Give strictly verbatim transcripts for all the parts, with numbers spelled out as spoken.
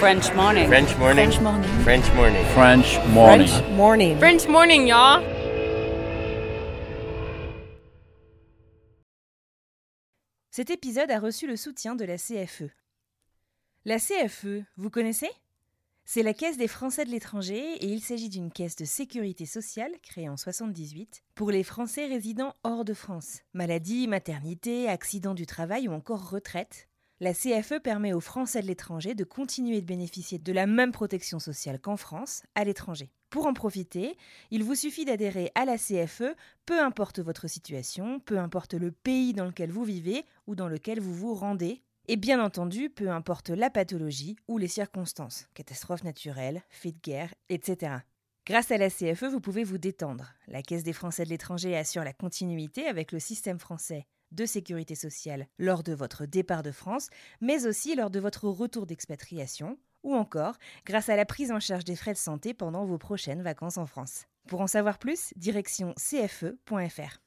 French morning. French morning. French morning. French morning. French morning. French morning. French morning, y'all. Cet épisode a reçu le soutien de la C F E. La C F E, vous connaissez ? C'est la Caisse des Français de l'étranger et il s'agit d'une caisse de sécurité sociale créée en soixante-dix-huit pour les Français résidant hors de France. Maladie, maternité, accident du travail ou encore retraite. La C F E permet aux Français de l'étranger de continuer de bénéficier de la même protection sociale qu'en France, à l'étranger. Pour en profiter, il vous suffit d'adhérer à la C F E, peu importe votre situation, peu importe le pays dans lequel vous vivez ou dans lequel vous vous rendez, et bien entendu, peu importe la pathologie ou les circonstances, catastrophes naturelles, faits de guerre, et cetera. Grâce à la C F E, vous pouvez vous détendre. La Caisse des Français de l'étranger assure la continuité avec le système français de sécurité sociale lors de votre départ de France, mais aussi lors de votre retour d'expatriation, ou encore grâce à la prise en charge des frais de santé pendant vos prochaines vacances en France. Pour en savoir plus, direction c f e point f r.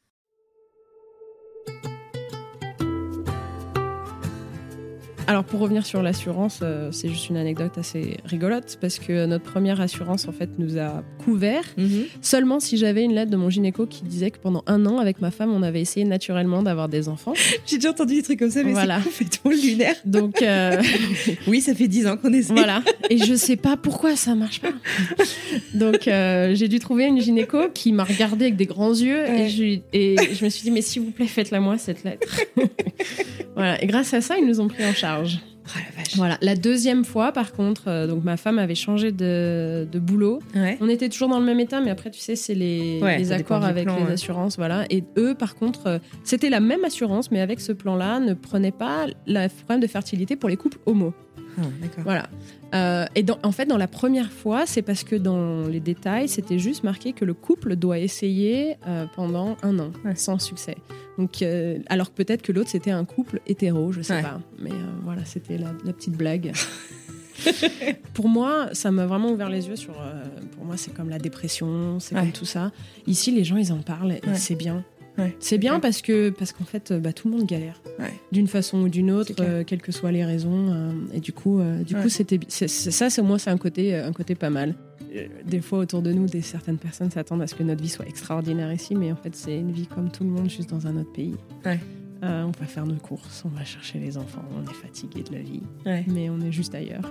Alors pour revenir sur l'assurance, euh, c'est juste une anecdote assez rigolote parce que notre première assurance en fait nous a couvert mm-hmm. seulement si j'avais une lettre de mon gynéco qui disait que pendant un an avec ma femme on avait essayé naturellement d'avoir des enfants. J'ai déjà entendu des trucs comme ça mais voilà. C'est complètement lunaire. Donc euh... oui ça fait dix ans qu'on essaie. Voilà et je sais pas pourquoi ça marche pas. Donc euh, j'ai dû trouver une gynéco qui m'a regardée avec des grands yeux ouais. et, je, et je me suis dit mais s'il vous plaît faites-la moi cette lettre. Voilà et grâce à ça ils nous ont pris en charge. Oh la vache. Voilà. La deuxième fois, par contre, euh, donc ma femme avait changé de, de boulot. Ouais. On était toujours dans le même état, mais après, tu sais, c'est les, ouais, les accords avec plan, les ouais. assurances, voilà. Et eux, par contre, euh, c'était la même assurance, mais avec ce plan-là, ne prenaient pas le problème de fertilité pour les couples homo. Ah, d'accord. Voilà. Euh, et dans, en fait, dans la première fois, c'est parce que dans les détails, c'était juste marqué que le couple doit essayer euh, pendant un an, ouais. sans succès. Donc, euh, alors que peut-être que l'autre, c'était un couple hétéro, je sais ouais. pas. Mais euh, voilà, c'était la, la petite blague. Pour moi, ça m'a vraiment ouvert les yeux sur... Euh, pour moi, c'est comme la dépression, c'est ouais. comme tout ça. Ici, les gens, ils en parlent et ouais. c'est bien. Ouais, c'est bien ouais. parce que parce qu'en fait bah, tout le monde galère ouais. d'une façon ou d'une autre euh, quelles que soient les raisons euh, et du coup euh, du ouais. coup c'était c'est, c'est, ça c'est moi c'est un côté un côté pas mal. Des fois autour de nous des certaines personnes s'attendent à ce que notre vie soit extraordinaire ici mais en fait c'est une vie comme tout le monde juste dans un autre pays. Ouais. Euh, on va faire nos courses, on va chercher les enfants, on est fatigué de la vie ouais. mais on est juste ailleurs.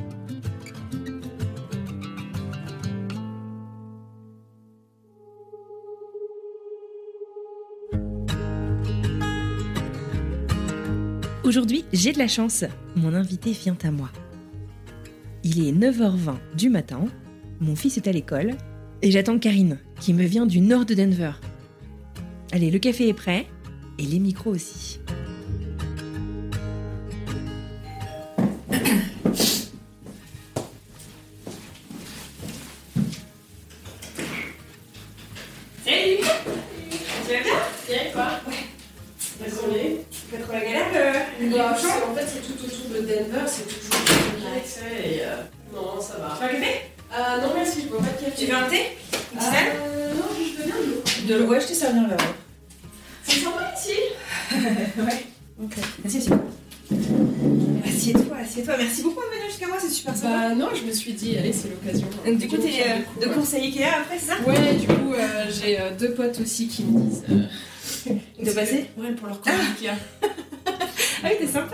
Aujourd'hui, j'ai de la chance. Mon invité vient à moi. Il est neuf heures vingt du matin, mon fils est à l'école, et j'attends Karine, qui me vient du nord de Denver. Allez, le café est prêt, et les micros aussi. Salut! Tu vas bien? Bien et toi? Ouais. Désolée. Pas trop la galère le... bah, en fait, c'est tout autour de Denver, c'est toujours compliqué, tu sais, et euh... non, ça va. Tu veux un café? Euh, non, merci, je bois pas de café. Tu veux un thé? Une tisane? Euh, non, je veux bien de l'eau. De l'eau, ouais, je te sers bien là. C'est sympa ici? Ouais. Ok. Merci, assieds-toi. Assieds-toi, assieds-toi. Merci beaucoup de venir jusqu'à moi, c'est super sympa. Bah non, je me suis dit, allez, c'est l'occasion. Donc du coup, t'es euh, de course à Ikea après, c'est ça? Ouais, du coup, euh, j'ai euh, deux potes aussi qui me disent... Euh... Ils t'ont passé? Ouais, pour leur cours Ikea. Ah oui, t'es sympa.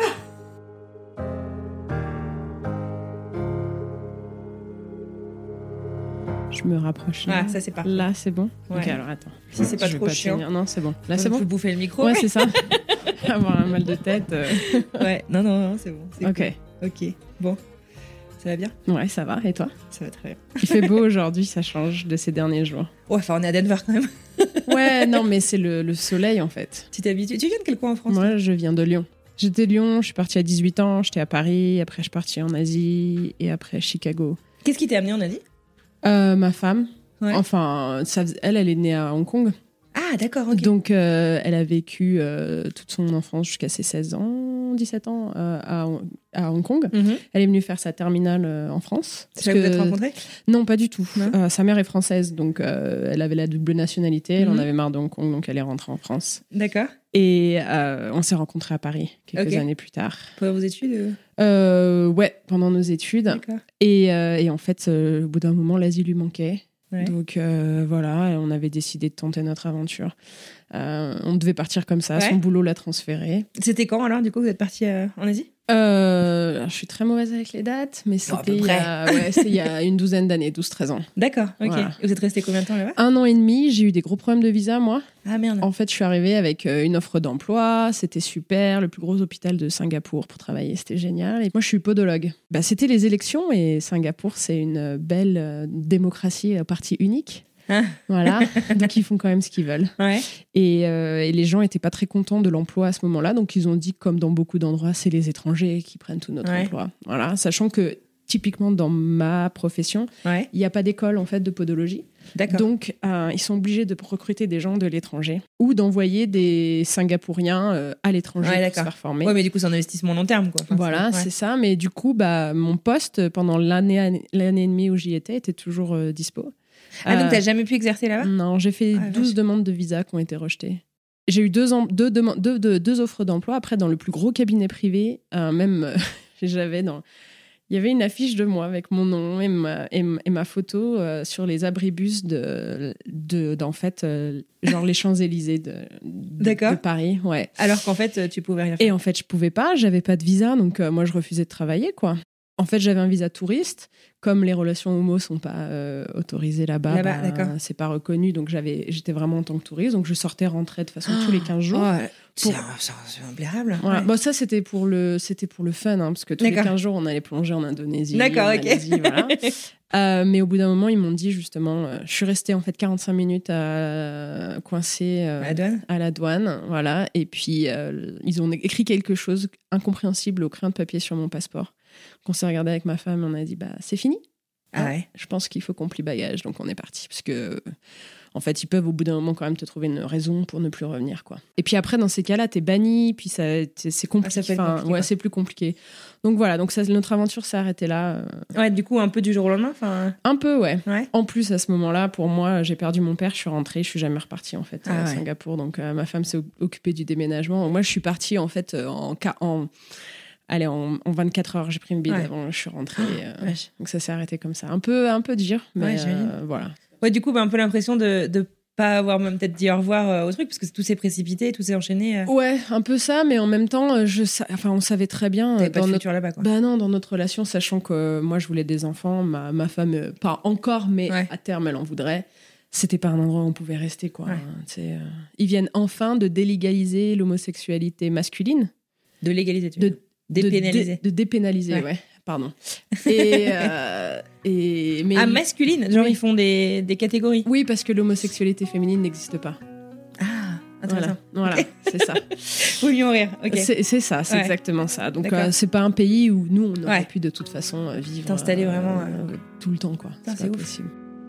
Je me rapproche. Là. Ah, ça c'est parfait. Là, c'est bon. Ouais. Ok, alors attends. Si c'est pas je trop pas chiant. Tenir. Non, c'est bon. Là, on c'est bon. On peut bouffer le micro. Ouais, c'est ça. Avoir un mal de tête. Euh... Ouais, non, non, non, c'est bon. C'est ok. Cool. Ok. Bon. Ça va bien? Ouais, ça va. Et toi? Ça va très bien. Il fait beau aujourd'hui, ça change de ces derniers jours. Ouais, enfin, on est à Denver quand même. Ouais, non, mais c'est le, le soleil en fait. Tu t'habitues. Tu viens de quel coin en France? Moi, je viens de Lyon. J'étais de Lyon, je suis partie à dix-huit ans, j'étais à Paris, après je suis partie en Asie et après Chicago. Qu'est-ce qui t'a amené en Asie? euh, Ma femme. Ouais. Enfin, ça, elle, elle est née à Hong Kong. Ah, d'accord, ok. Donc, euh, elle a vécu euh, toute son enfance jusqu'à ses seize ans, dix-sept ans euh, à, à Hong Kong. Mm-hmm. Elle est venue faire sa terminale euh, en France. C'est là que vous êtes rencontrés? Non, pas du tout. Euh, sa mère est française, donc euh, elle avait la double nationalité. Elle mm-hmm. en avait marre de Hong Kong, donc elle est rentrée en France. D'accord. Et euh, on s'est rencontrés à Paris quelques Ok. années plus tard. Pour vos études Euh, ouais, pendant nos études. D'accord. Et, euh, et en fait, euh, au bout d'un moment, l'Asie lui manquait. Ouais. Donc euh, voilà, et on avait décidé de tenter notre aventure. Euh, on devait partir comme ça, Ouais. son boulot l'a transféré. C'était quand alors, du coup, vous êtes parti euh, en Asie? Euh, je suis très mauvaise avec les dates, mais Bon, à peu c'était il, y a- ouais, c'était il y a une douzaine d'années, douze treize ans. D'accord, ok. Voilà. Et vous êtes resté combien de temps là-bas? Un an et demi, j'ai eu des gros problèmes de visa, moi. Ah merde. En fait, je suis arrivée avec euh, une offre d'emploi, c'était super, le plus gros hôpital de Singapour pour travailler, c'était génial. Et moi, je suis podologue. Bah, c'était les élections et Singapour, c'est une belle euh, démocratie à parti unique. Ah. Voilà, donc ils font quand même ce qu'ils veulent. Ouais. Et, euh, et les gens n'étaient pas très contents de l'emploi à ce moment-là, donc ils ont dit, comme dans beaucoup d'endroits, c'est les étrangers qui prennent tout notre Ouais. emploi. Voilà, sachant que typiquement dans ma profession, Ouais. il n'y a pas d'école en fait de podologie. D'accord. Donc, euh, ils sont obligés de recruter des gens de l'étranger ou d'envoyer des Singapouriens euh, à l'étranger Ouais, pour se d'accord. faire former. Ouais, mais du coup, c'est un investissement long terme, quoi. Enfin, Voilà, c'est- c'est ça. Mais du coup, bah, mon poste pendant l'année, l'année et demie où j'y étais était toujours euh, dispo. Ah, donc Euh, t'as jamais pu exercer là-bas? Non, j'ai fait Ah, douze vache. demandes de visa qui ont été rejetées. J'ai eu deux, em- deux, demandes- deux, deux, deux offres d'emploi. Après, dans le plus gros cabinet privé, euh, même, euh, j'avais dans... Il y avait une affiche de moi avec mon nom et ma, et ma, et ma photo euh, sur les abribus de, de, d'en fait, euh, genre les Champs-Élysées de, de, D'accord. de Paris. Ouais. Alors qu'en fait, euh, tu pouvais rien faire. Et en fait, je pouvais pas, j'avais pas de visa, donc euh, moi, je refusais de travailler, quoi. En fait, j'avais un visa touriste. Comme les relations homo sont pas euh, autorisées là-bas, Là-bas, bah, d'accord. c'est pas reconnu. Donc, j'avais, j'étais vraiment en tant que touriste. Donc, je sortais, rentrais de façon tous les quinze jours. Oh, Pour- c'est un- c'est un- c'est imbérable. Voilà. Ouais. Bon, ça, c'était pour le, c'était pour le fun, hein, parce que tous les D'accord. quinze jours, on allait plonger en Indonésie. D'accord, en ok. Malaisie, voilà. Euh, mais au bout d'un moment, ils m'ont dit justement, euh, je suis restée en fait quarante-cinq minutes à coincée euh, À la douane? à la douane, voilà. Et puis euh, ils ont écrit quelque chose incompréhensible au crayon de papier sur mon passeport. Qu'on s'est regardé avec ma femme, on a dit bah c'est fini. Ah ouais. Je pense qu'il faut qu'on plie bagage, donc on est parti parce que en fait ils peuvent au bout d'un moment quand même te trouver une raison pour ne plus revenir, quoi. Et puis après dans ces cas-là t'es banni, puis ça t'es- c'est compliqué. Ah, ça peut être Enfin, compliqué, ouais, quoi. c'est plus compliqué. Donc voilà, donc ça, notre aventure s'est arrêtée là. euh, Ouais, du coup, un peu du jour au lendemain. Enfin, un peu, ouais. ouais. En plus, à ce moment-là, pour moi, j'ai perdu mon père, je suis rentrée, je suis jamais repartie en fait Ah à ouais. Singapour. Donc euh, ma femme s'est occupée du déménagement. Moi, je suis partie en fait euh, en, ca- en, allez, en, en vingt-quatre heures. J'ai pris une billet Ouais. d'avant, je suis rentrée. euh, Vache. donc ça s'est arrêté comme ça. Un peu, un peu dur, mais Ouais, j'imagine. euh, voilà. Ouais, du coup, bah, un peu l'impression de de pas avoir même peut-être dit au revoir euh, au truc, parce que tout s'est précipité, tout s'est enchaîné. euh, Ouais, un peu ça, mais en même temps, euh, je, sa- enfin, on savait très bien T'avais euh, pas dans de notre futur là-bas, quoi. Bah non, dans notre relation, sachant que euh, moi je voulais des enfants, ma, ma femme, euh, pas encore, mais Ouais. à terme elle en voudrait. C'était pas un endroit où on pouvait rester, quoi. Ouais. Hein, tu sais, euh, ils viennent enfin de délégaliser l'homosexualité masculine. De légaliser, tu De- veux. Dépénaliser. De, dé- de dépénaliser, Ouais. ouais. Pardon. Et, euh, et mais Ah, masculine. Genre, Oui. ils font des, des catégories. oui, parce que l'homosexualité féminine n'existe pas. Ah, intéressant. Voilà, voilà, c'est ça. Faut lui en rire. Ok. C'est c'est ça, c'est Ouais. exactement ça. Donc D'accord. euh, c'est pas un pays où nous on aurait Ouais. pu de toute façon euh, vivre T'installer vraiment, euh, tout le temps, quoi. Putain, C'est c'est pas ouf. possible.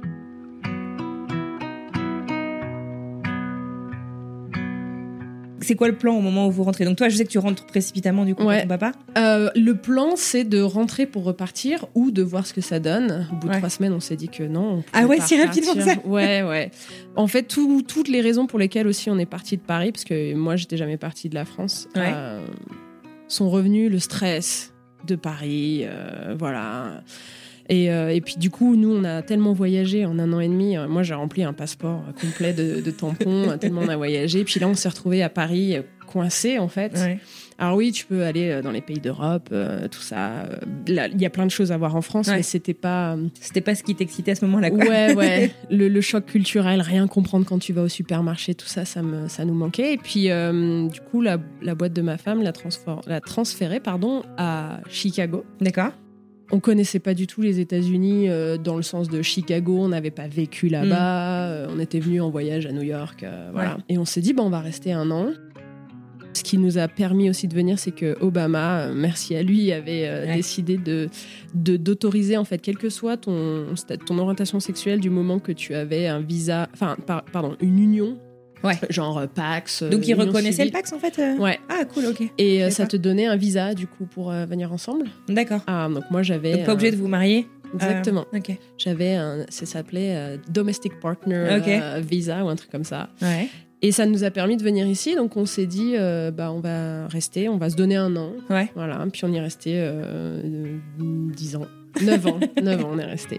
C'est quoi le plan au moment où vous rentrez? Donc toi, je sais que tu rentres précipitamment du coup Ouais. pour ton papa. Euh, le plan, c'est de rentrer pour repartir ou de voir ce que ça donne. Au bout de Ouais. trois semaines, on s'est dit que non. on Ah pouvait ouais, pas si rapidement que repartir. ça. Ouais, ouais. En fait, tout- toutes les raisons pour lesquelles aussi on est parti de Paris, parce que moi, j'étais jamais partie de la France, Ouais. euh, sont revenus. Le stress de Paris, euh, voilà. Et, euh, et puis du coup, nous, on a tellement voyagé en un an et demi. Euh, Moi, j'ai rempli un passeport complet de, de tampons, euh, tellement on a voyagé. Puis là, on s'est retrouvés à Paris, euh, coincés en fait. Ouais. Alors oui, tu peux aller euh, dans les pays d'Europe, euh, tout ça. Euh, là, il y a plein de choses à voir en France, Ouais. mais c'était pas... C'était pas ce qui t'excitait à ce moment-là, quoi. Ouais, ouais. Le, le choc culturel, rien comprendre quand tu vas au supermarché, tout ça, ça, me, ça nous manquait. Et puis, euh, du coup, la, la boîte de ma femme l'a, transfor- l'a transférée pardon, à Chicago. D'accord. On connaissait pas du tout les États-Unis euh, dans le sens de Chicago. On n'avait pas vécu là-bas. Euh, on était venus en voyage à New York, euh, voilà. Ouais. Et on s'est dit, bon, on va rester un an. Ce qui nous a permis aussi de venir, c'est que Obama, euh, merci à lui, avait euh, Ouais. décidé de, de d'autoriser en fait, quelle que soit ton ton orientation sexuelle, du moment que tu avais un visa, enfin, par- pardon, une union, Ouais. genre euh, Pax. euh, Donc ils union reconnaissaient civile. le Pax en fait. euh Ouais. Ah cool, ok. Et euh, Je sais ça pas. te donnait un visa du coup pour euh, venir ensemble. D'accord. Ah, donc moi j'avais. Donc pas euh, obligé de vous marier. Exactement. Euh, ok. J'avais un, ça s'appelait euh, Domestic Partner Ok. euh, Visa ou un truc comme ça. Ouais. Et ça nous a permis de venir ici, donc on s'est dit, euh, bah, on va rester, on va se donner un an. Ouais. Voilà, puis on y est resté euh, dix ans, neuf ans, neuf ans on est resté.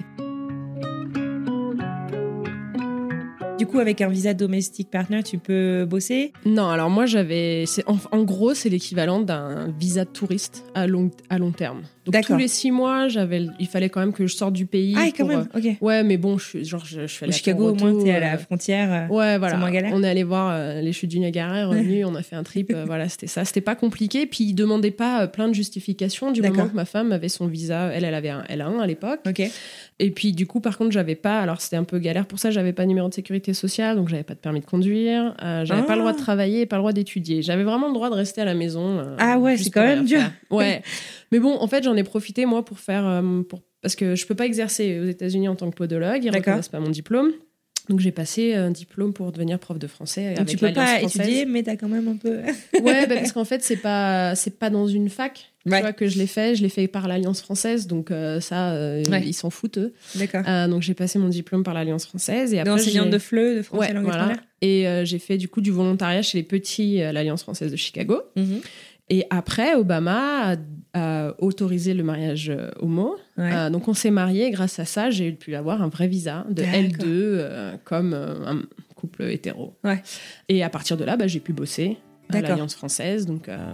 Du coup, avec un visa domestic partner, tu peux bosser ? Non, alors moi j'avais, c'est, en, en gros c'est l'équivalent d'un visa de touriste à long, à long terme. Donc D'accord. tous les six mois, j'avais, il fallait quand même que je sorte du pays. Ah, quand pour, même, ok. Ouais, mais bon, je suis, genre, je, je suis allée Au Chicago, au moins, t'es à la frontière. Euh, ouais, voilà. C'est moins galère. On est allé voir euh, les chutes du Niagara, revenu, on a fait un trip. Euh, voilà, c'était ça. C'était pas compliqué. Puis ils demandaient pas euh, plein de justifications du D'accord. moment que ma femme avait son visa. Elle, elle avait un L un à l'époque. Ok. Et puis du coup, par contre, j'avais pas. Alors c'était un peu galère pour ça. J'avais pas de numéro de sécurité sociale, donc j'avais pas de permis de conduire. Euh, j'avais Ah. pas le droit de travailler, pas le droit d'étudier. J'avais vraiment le droit de rester à la maison. Euh, Ah ouais, juste c'est quand pour même rien dur. faire. Ouais. Mais bon, en fait, j'en ai profité moi pour faire euh, pour parce que je peux pas exercer aux États-Unis en tant que podologue. Ils D'accord. reconnaissent pas mon diplôme. Donc j'ai passé un diplôme pour devenir prof de français. Donc avec tu peux l'Alliance pas française. étudier, mais t'as quand même un peu. Ouais, bah, parce qu'en fait, c'est pas, c'est pas dans une fac Ouais. tu vois, que je l'ai fait. Je l'ai fait par l'Alliance française, donc euh, ça, euh, Ouais. ils s'en foutent, eux. D'accord. Euh, donc j'ai passé mon diplôme par l'Alliance française. Et après, D'enseignante j'ai... de F L E, de français Ouais, langue voilà. étrangère. Et euh, j'ai fait du coup du volontariat chez les petits à l'Alliance française de Chicago. Mhm. Et après, Obama a, a autorisé le mariage euh, homo. Ouais. Euh, donc on s'est mariés. Grâce à ça, j'ai pu avoir un vrai visa de D'accord. L deux euh, comme euh, un couple hétéro. Ouais. Et à partir de là, bah, j'ai pu bosser à D'accord. l'Alliance française. Donc, euh...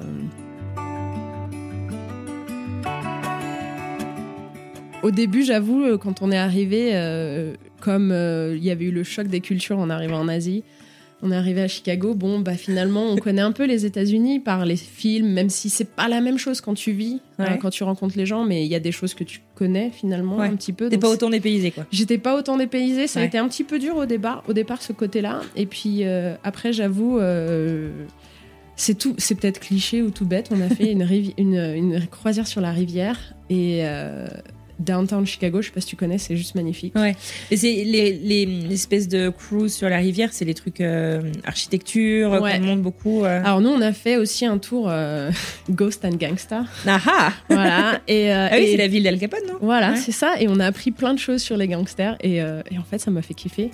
au début, j'avoue, euh, quand on est arrivé, euh, comme euh, il y avait eu le choc des cultures en arrivant en Asie, on est arrivé à Chicago. Bon, bah finalement, on connaît un peu les États-Unis par les films, même si c'est pas la même chose quand tu vis, Ouais. euh, quand tu rencontres les gens, mais il y a des choses que tu connais finalement Ouais. un petit peu. T'es donc pas c'est- autant dépaysé, quoi. J'étais pas autant dépaysée, ça Ouais. a été un petit peu dur au départ, au départ ce côté-là. Et puis euh, après, j'avoue, euh, c'est tout, c'est peut-être cliché ou tout bête. On a fait une, rivi- une, une croisière sur la rivière et euh, downtown Chicago. Je sais pas si tu connais, c'est juste magnifique. Ouais. Et c'est les, les, les espèces de cruise sur la rivière, c'est les trucs euh, architecture, Ouais. qu'on monte beaucoup. euh. Alors nous, on a fait aussi un tour euh, Ghost and Gangsta. Ah ah Voilà. Et, euh, Ah oui, et- c'est la ville d'Al Capone, non? Voilà, Ouais. c'est ça. Et on a appris plein de choses sur les gangsters. Et, euh, et en fait, ça m'a fait kiffer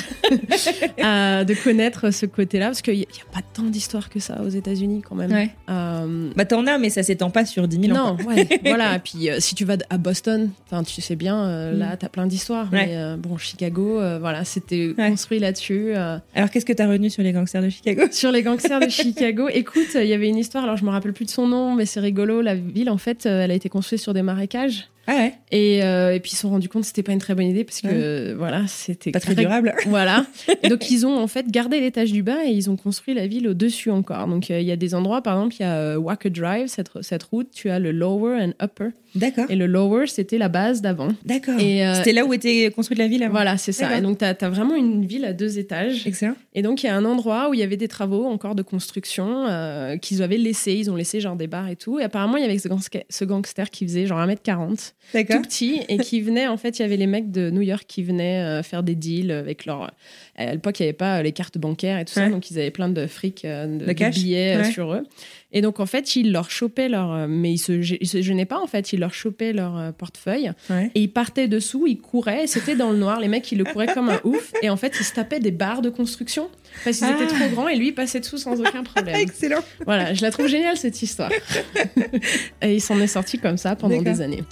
euh, de connaître ce côté-là. Parce qu'il n'y a, il y a pas tant d'histoires que ça aux États-Unis, quand même. Ouais. Euh, Bah t'en as, mais ça s'étend pas sur dix mille ans. non, ouais, voilà. Puis euh, si tu vas à Boston, tu sais bien, euh, là, Mm. t'as plein d'histoires. Ouais. Mais euh, bon, Chicago, euh, voilà, c'était Ouais. construit là-dessus. euh. Alors qu'est-ce que t'as retenu sur les gangsters de Chicago? Sur les gangsters de Chicago, écoute, il y avait une histoire, alors je me rappelle plus de son nom, mais c'est rigolo. La ville, en fait, euh, elle a été construite sur des marécages. Ah ouais, Et, euh, et puis ils se sont rendus compte que c'était pas une très bonne idée parce que euh, voilà, c'était pas très durable. Voilà. Et donc ils ont en fait gardé l'étage du bas et ils ont construit la ville au-dessus encore. Donc euh, il y a des endroits, par exemple, il y a euh, Walker Drive, cette, cette route, tu as le lower and upper. D'accord. Et le lower, c'était la base d'avant. D'accord. Et, euh, C'était là où était construite la ville avant. Voilà, c'est ça. D'accord. Et donc tu as vraiment une ville à deux étages. Excellent. Et donc il y a un endroit où il y avait des travaux encore de construction euh, qu'ils avaient laissé. Ils ont laissé genre des bars et tout. Et apparemment, il y avait ce, gangsta- ce gangster qui faisait genre un mètre quarante. D'accord. Tout petit et qui venait, en fait, il y avait les mecs de New York qui venaient euh, faire des deals avec leur. À l'époque, il n'y avait pas euh, les cartes bancaires et tout ça, Ouais. donc ils avaient plein de fric, euh, de, De de cash. billets euh, Ouais. sur eux. Et donc, en fait, ils leur chopaient leur. euh, mais ils se, gê- ils se gênaient pas, en fait, ils leur chopaient leur euh, portefeuille Ouais. et ils partaient dessous, ils couraient, et c'était dans le noir. Les mecs, ils le couraient comme un ouf et en fait, ils se tapaient des barres de construction parce qu'ils Ah. étaient trop grands et lui, il passait dessous sans aucun problème. Excellent. Voilà, je la trouve géniale cette histoire. Et il s'en est sorti comme ça pendant D'accord. des années.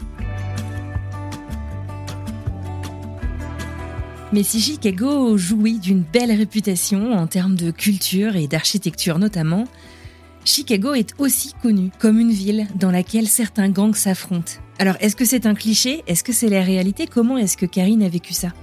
Mais si Chicago jouit d'une belle réputation en termes de culture et d'architecture notamment, Chicago est aussi connue comme une ville dans laquelle certains gangs s'affrontent. Alors, est-ce que c'est un cliché? Est-ce que c'est la réalité? Comment est-ce que Karine a vécu ça?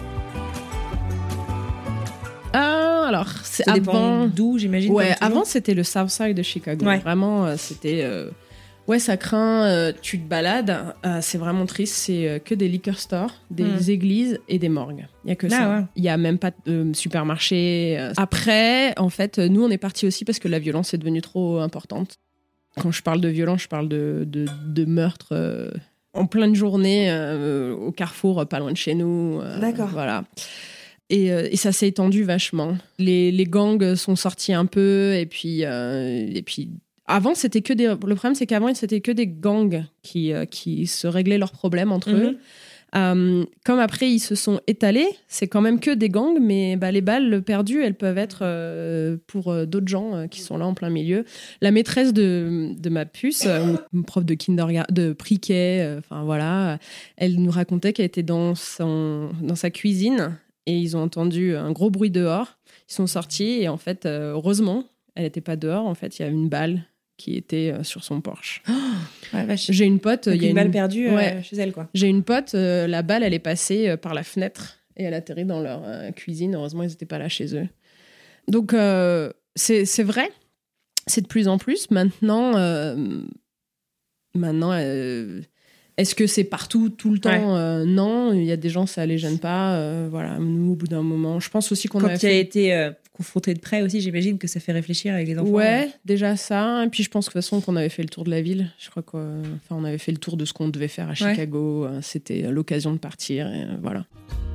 Ah, alors, c'est Ça dépend avant. d'où, j'imagine. Ouais, comme toujours. avant c'était le South Side de Chicago. Ouais. Vraiment, euh, c'était. euh, Ouais, ça craint. euh, tu te balades, euh, c'est vraiment triste. C'est euh, que des liquor stores, des Mm. églises et des morgues. Il y a que Ah, ça. ouais. Il y a même pas de euh, supermarché. euh. Après, en fait, nous on est partis aussi parce que la violence est devenue trop importante. Quand je parle de violence, je parle de de, de meurtre. euh, En pleine journée, euh, au carrefour, euh, pas loin de chez nous. euh, D'accord. Voilà. Et, euh, et ça s'est étendu vachement. Les, les gangs sont sortis un peu, et puis, euh, et puis avant, c'était que des. Le problème, c'est qu'avant, c'était que des gangs qui, euh, qui se réglaient leurs problèmes entre Mhm. eux. Euh, comme après, ils se sont étalés, c'est quand même que des gangs, mais bah, les balles perdues, elles peuvent être euh, pour euh, d'autres gens euh, qui sont là en plein milieu. La maîtresse de, de ma puce, euh, une prof de kindergarten, de pre-K, enfin euh, voilà, elle nous racontait qu'elle était dans, son, dans sa cuisine et ils ont entendu un gros bruit dehors. Ils sont sortis et en fait, euh, heureusement, elle n'était pas dehors. En fait, il y a une balle qui était euh, sur son Porsche. Oh, ouais, vache. J'ai une pote... Donc il y a une balle une... perdue ouais. euh, chez elle, quoi. J'ai une pote, euh, la balle, elle est passée euh, par la fenêtre et elle atterrit dans leur euh, cuisine. Heureusement, ils n'étaient pas là chez eux. Donc, euh, c'est, c'est vrai. C'est de plus en plus. Maintenant, euh, maintenant euh, est-ce que c'est partout, tout le temps ouais. euh, Non. Il y a des gens, ça les gêne pas. Euh, voilà. Nous, au bout d'un moment, je pense aussi qu'on Quand a tu as fait... été euh, confronté de près aussi, j'imagine que ça fait réfléchir avec les enfants. Ouais, déjà ça. Et puis, je pense que de toute façon, qu'on avait fait le tour de la ville. Je crois qu'on enfin, on avait fait le tour de ce qu'on devait faire à Chicago. Ouais. C'était l'occasion de partir. Et, euh, voilà.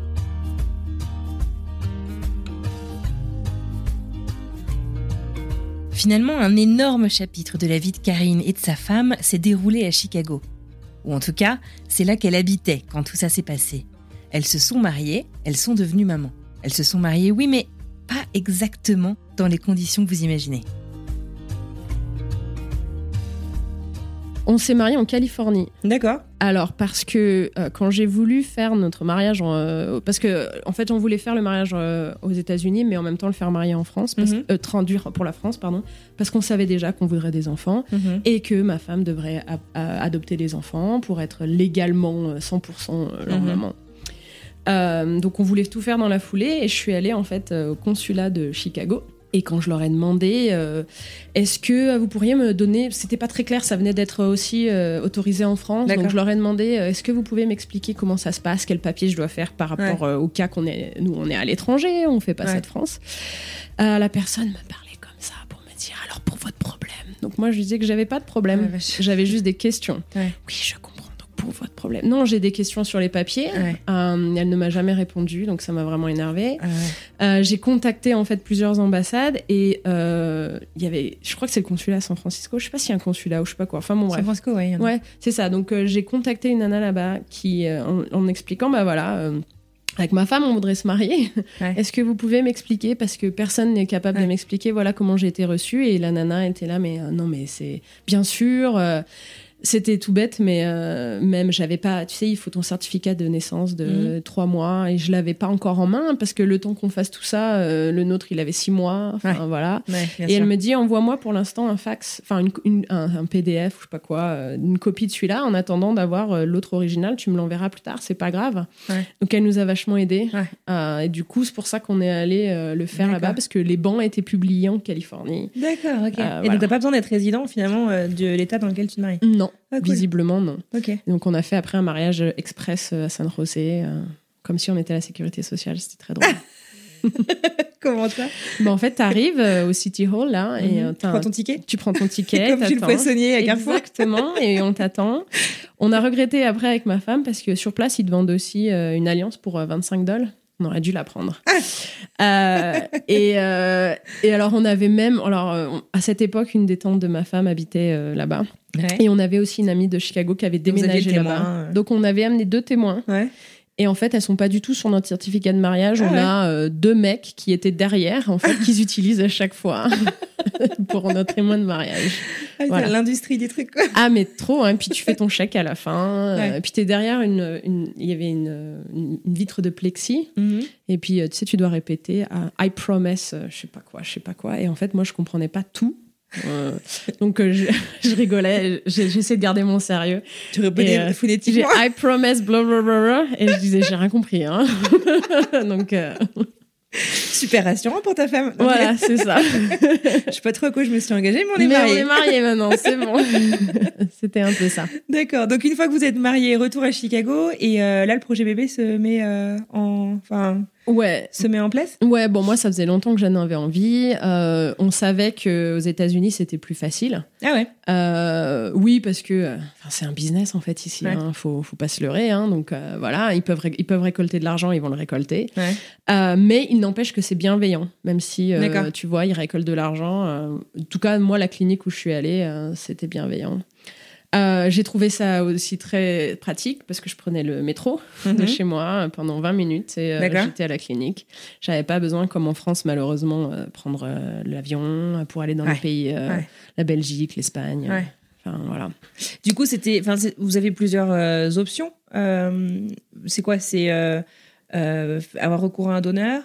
Finalement, un énorme chapitre de la vie de Karine et de sa femme s'est déroulé à Chicago. Ou en tout cas, c'est là qu'elle habitait quand tout ça s'est passé. Elles se sont mariées, elles sont devenues mamans. Elles se sont mariées, oui, mais pas exactement dans les conditions que vous imaginez. On s'est mariés en Californie. D'accord. Alors, parce que euh, quand j'ai voulu faire notre mariage... En, euh, parce que, en fait, on voulait faire le mariage euh, aux États-Unis, mais en même temps le faire marier en France, parce, mm-hmm. euh, traduire pour la France, pardon, parce qu'on savait déjà qu'on voudrait des enfants mm-hmm. et que ma femme devrait a- a- adopter des enfants pour être légalement cent pour cent leur mm-hmm. maman. Euh, donc, on voulait tout faire dans la foulée et je suis allée, en fait, au consulat de Chicago. Et quand je leur ai demandé, euh, est-ce que vous pourriez me donner... C'était pas très clair, ça venait d'être aussi euh, autorisé en France. D'accord. Donc je leur ai demandé, euh, est-ce que vous pouvez m'expliquer comment ça se passe, quel papier je dois faire par rapport ouais. euh, au cas qu'on est... Nous, on est à l'étranger, on fait pas ouais. ça de France. Euh, la personne me parlait comme ça pour me dire, alors pour votre problème. Donc moi, je disais que j'avais pas de problème. Ouais, j'avais juste des questions. Ouais. Oui, je comprends. Pour votre problème. Non, j'ai des questions sur les papiers. Ouais. Euh, elle ne m'a jamais répondu, donc ça m'a vraiment énervée. Ah ouais. Euh, j'ai contacté en fait plusieurs ambassades et euh, il y avait, je crois que c'est le consulat à San Francisco. Je sais pas s'il y a un consulat ou je sais pas quoi. Enfin bon bref. San Francisco, ouais. Ouais, c'est ça. Donc euh, j'ai contacté une nana là-bas qui, euh, en, en expliquant, bah voilà. Euh, Avec ma femme, on voudrait se marier. Ouais. Est-ce que vous pouvez m'expliquer, parce que personne n'est capable ouais. de m'expliquer, voilà comment j'ai été reçue. Et la nana était là, mais euh, non, mais c'est bien sûr. Euh, C'était tout bête, mais euh, même j'avais pas, tu sais, il faut ton certificat de naissance de mmh. trois mois et je l'avais pas encore en main parce que le temps qu'on fasse tout ça, euh, le nôtre il avait six mois, enfin ouais. voilà. Ouais, et sûr. Elle me dit envoie-moi pour l'instant un fax, enfin une, une, un, un P D F ou je sais pas quoi, euh, une copie de celui-là en attendant d'avoir euh, l'autre original. Tu me l'enverras plus tard, c'est pas grave. Ouais. Donc elle nous a vachement aidés ouais. euh, et du coup c'est pour ça qu'on est allé euh, le faire D'accord. là-bas parce que les bancs étaient publiés en Californie. D'accord, ok. Euh, et voilà. Donc t'as pas besoin d'être résident finalement euh, de l'État dans lequel tu te maries. Non. Ah, cool. Visiblement, non. Okay. Donc, on a fait après un mariage express à San José, euh, comme si on était à la sécurité sociale. C'était très drôle. Comment ça bah, En fait, tu arrives euh, au City Hall, là. Mm-hmm. Et, euh, tu prends ton ticket Tu prends ton ticket. Comme chez le poissonnier à Carrefour. Exactement, et on t'attend. On a regretté après avec ma femme, parce que sur place, ils te vendent aussi euh, une alliance pour euh, vingt-cinq dollars. On aurait dû la prendre. Ah. Euh, et, euh, et alors, on avait même... Alors, euh, à cette époque, une des tantes de ma femme habitait euh, là-bas. Ouais. Et on avait aussi une amie de Chicago qui avait déménagé là-bas. Euh... Donc, on avait amené deux témoins. Ouais. Et en fait, elles sont pas du tout sur notre certificat de mariage. Ah on ouais. a euh, deux mecs qui étaient derrière, en fait, qu'ils utilisent à chaque fois pour notre témoin de mariage. Ah, voilà. L'industrie des trucs, quoi. Ah, mais trop, hein. Puis tu fais ton chèque à la fin. Ouais. Euh, puis t'es derrière une, une... Il y avait une, une, une vitre de plexi. Mm-hmm. Et puis, euh, tu sais, tu dois répéter uh, « I promise euh, » je sais pas quoi, je sais pas quoi. Et en fait, moi, je comprenais pas tout. Euh, donc euh, je, je rigolais, j'essayais de garder mon sérieux. Tu répondais euh, phonétiquement. I promise blablabla et je disais j'ai rien compris hein. Donc euh... super rassurant pour ta femme. Donc, voilà, c'est ça. Je sais pas trop à quoi je me suis engagée, mais on est mais mariés. on est mariés maintenant, c'est bon. C'était un peu ça. D'accord. Donc une fois que vous êtes mariés, retour à Chicago et euh, là le projet bébé se met euh, en, enfin. Ouais. Se met en place ? Ouais, bon, moi, ça faisait longtemps que j'en avais envie. Euh, on savait qu'aux États-Unis, c'était plus facile. Ah ouais ? euh, Oui, parce que euh, c'est un business, en fait, ici. Il ouais. hein, faut, faut pas se leurrer. Hein, donc, euh, voilà, ils peuvent, ré- ils peuvent récolter de l'argent, ils vont le récolter. Ouais. Euh, mais il n'empêche que c'est bienveillant. Même si, euh, tu vois, ils récoltent de l'argent. Euh, en tout cas, moi, la clinique où je suis allée, euh, c'était bienveillant. Euh, j'ai trouvé ça aussi très pratique parce que je prenais le métro mm-hmm. de chez moi pendant vingt minutes et euh, j'étais à la clinique. J'avais pas besoin, comme en France, malheureusement, euh, prendre euh, l'avion pour aller dans ouais. les pays, euh, ouais. la Belgique, l'Espagne. Ouais. Enfin, voilà. Du coup, c'était, enfin, c'est, vous avez plusieurs euh, options. Euh, c'est quoi? C'est euh, euh, avoir recours à un donneur.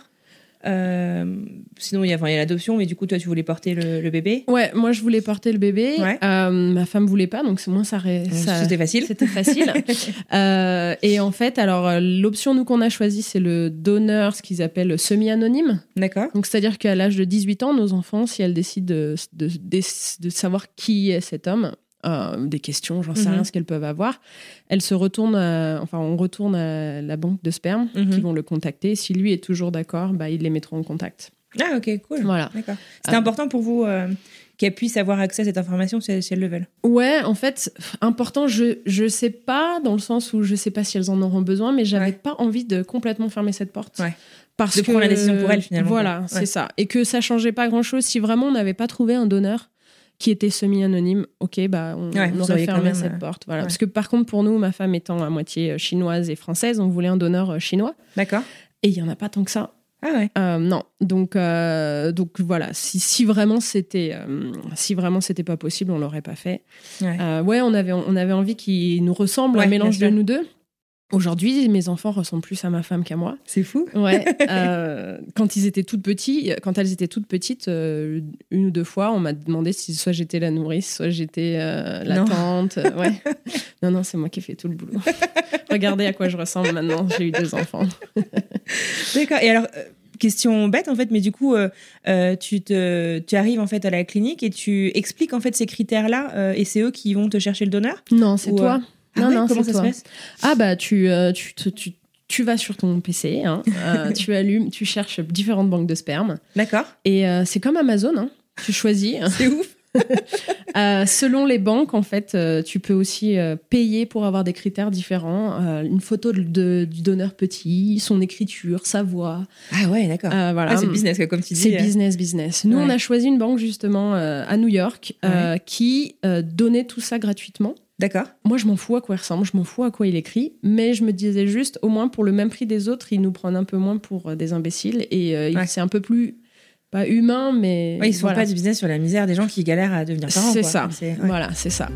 Euh, sinon, il y a, enfin, il y a l'adoption, mais du coup, toi, tu voulais porter le, le bébé. Ouais, moi, je voulais porter le bébé. Ouais. Euh, ma femme voulait pas, donc c'est moins ça, ça. C'était facile. C'était facile. euh, et en fait, alors, l'option nous qu'on a choisie, c'est le donneur, ce qu'ils appellent semi-anonyme. D'accord. Donc, c'est-à-dire qu'à l'âge de dix-huit ans, nos enfants, si elles décident de, de, de, de savoir qui est cet homme. Euh, des questions, j'en sais mm-hmm. rien ce qu'elles peuvent avoir. Elles se retournent, à, enfin on retourne à la banque de sperme mm-hmm. qui vont le contacter. Si lui est toujours d'accord, bah, ils les mettront en contact. Ah ok, cool. Voilà. D'accord. C'était euh, important pour vous euh, qu'elles puissent avoir accès à cette information si elles, si elles le veulent. Ouais, en fait, important, je, je sais pas, dans le sens où je sais pas si elles en auront besoin, mais j'avais ouais. pas envie de complètement fermer cette porte. Ouais. Parce de que, prendre la décision pour elles finalement. Voilà, ouais. c'est ça. Et que ça changeait pas grand-chose si vraiment on n'avait pas trouvé un donneur qui était semi-anonyme, ok, bah, on, ouais, on aurait fermé même, cette euh... porte. Voilà. Ouais. Parce que par contre, pour nous, ma femme étant à moitié chinoise et française, on voulait un donneur chinois. D'accord. Et il n'y en a pas tant que ça. Ah ouais. Euh, non. Donc, euh, donc voilà, si, si vraiment c'était, euh, si vraiment c'était pas possible, on l'aurait pas fait. Ouais, euh, ouais on avait, on avait envie qu'il nous ressemble, ouais, un mélange de nous deux. Aujourd'hui, mes enfants ressemblent plus à ma femme qu'à moi. C'est fou. Ouais. Euh, quand ils étaient toutes petits, quand elles étaient toutes petites, euh, une ou deux fois, on m'a demandé si soit j'étais la nourrice, soit j'étais euh, la non. tante. Euh, ouais. Non, non, c'est moi qui ai fait tout le boulot. Regardez à quoi je ressemble maintenant. J'ai eu deux enfants. D'accord. Et alors. Euh... Question bête en fait, mais du coup, euh, euh, tu, te, tu arrives en fait à la clinique et tu expliques en fait ces critères-là euh, et c'est eux qui vont te chercher le donneur? Non, c'est Ou, toi. Euh... Non, ah ouais, non, comment c'est ça toi. se passe? Ah bah tu, euh, tu, tu, tu, tu vas sur ton P C, hein, euh, tu allumes, tu cherches différentes banques de sperme. D'accord. Et euh, c'est comme Amazon, hein. Tu choisis. C'est ouf. euh, selon les banques, en fait, euh, tu peux aussi euh, payer pour avoir des critères différents. Euh, une photo de, de, du donneur petit, son écriture, sa voix. Ah ouais, d'accord. Euh, voilà. Ah, c'est business, comme tu dis. C'est business, business. Nous, ouais. on a choisi une banque, justement, euh, à New York, euh, ouais. qui euh, donnait tout ça gratuitement. D'accord. Moi, je m'en fous à quoi il ressemble, je m'en fous à quoi il écrit, mais je me disais juste, au moins, pour le même prix des autres, ils nous prennent un peu moins pour euh, des imbéciles. Et euh, ouais. c'est un peu plus... Pas humain, mais... Ouais, ils ne font voilà. pas du business sur la misère des gens qui galèrent à devenir parents. C'est quoi. ça, c'est, ouais. voilà, c'est ça.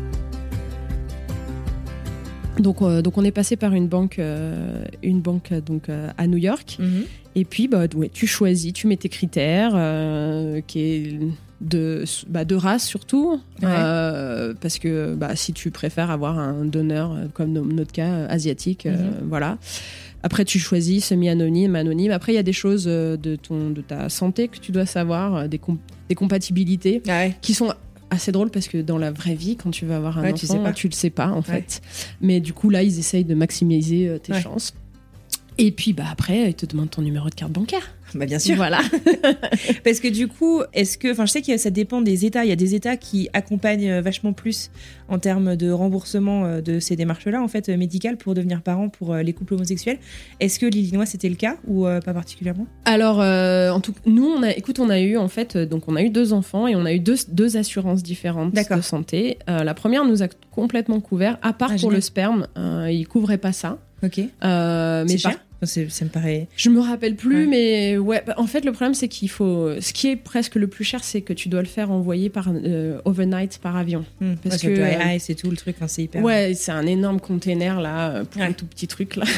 Donc, euh, donc on est passé par une banque, euh, une banque donc, euh, à New York. Mm-hmm. Et puis, bah, ouais, tu choisis, tu mets tes critères, euh, qui est de, bah, de race surtout. Ouais. Euh, parce que bah, si tu préfères avoir un donneur, comme dans notre cas, euh, asiatique, mm-hmm. euh, voilà. Après, tu choisis semi-anonyme, anonyme. Après, il y a des choses de, ton, de ta santé que tu dois savoir, des, com- des compatibilités ah ouais. qui sont assez drôles parce que dans la vraie vie, quand tu vas avoir un ouais, enfant, tu, sais pas. tu le sais pas en ouais. fait. Mais du coup, là, ils essayent de maximiser euh, tes ouais. chances. Et puis, bah, après, ils te demandent ton numéro de carte bancaire. Bah, bien sûr. Voilà. Parce que du coup, est-ce que, enfin, je sais que ça dépend des États. Il y a des États qui accompagnent vachement plus en termes de remboursement de ces démarches-là, en fait, médicales pour devenir parents pour les couples homosexuels. Est-ce que l'Illinois c'était le cas ou euh, pas particulièrement? Alors, euh, en tout, nous, on a, écoute, on a eu en fait, donc on a eu deux enfants et on a eu deux, deux assurances différentes D'accord. de santé. Euh, la première nous a complètement couvert, à part ah, pour génial. le sperme, euh, ils couvraient pas ça. Ok. Euh, mais c'est cher. C'est, ça me paraît... Je me rappelle plus, ouais. mais ouais. Bah, en fait, le problème, c'est qu'il faut... Ce qui est presque le plus cher, c'est que tu dois le faire envoyer par euh, overnight par avion. Mmh. Parce ouais, que... Euh, ouais, c'est tout le truc, hein, c'est hyper... Ouais, c'est un énorme container, là, pour ouais. un tout petit truc, là.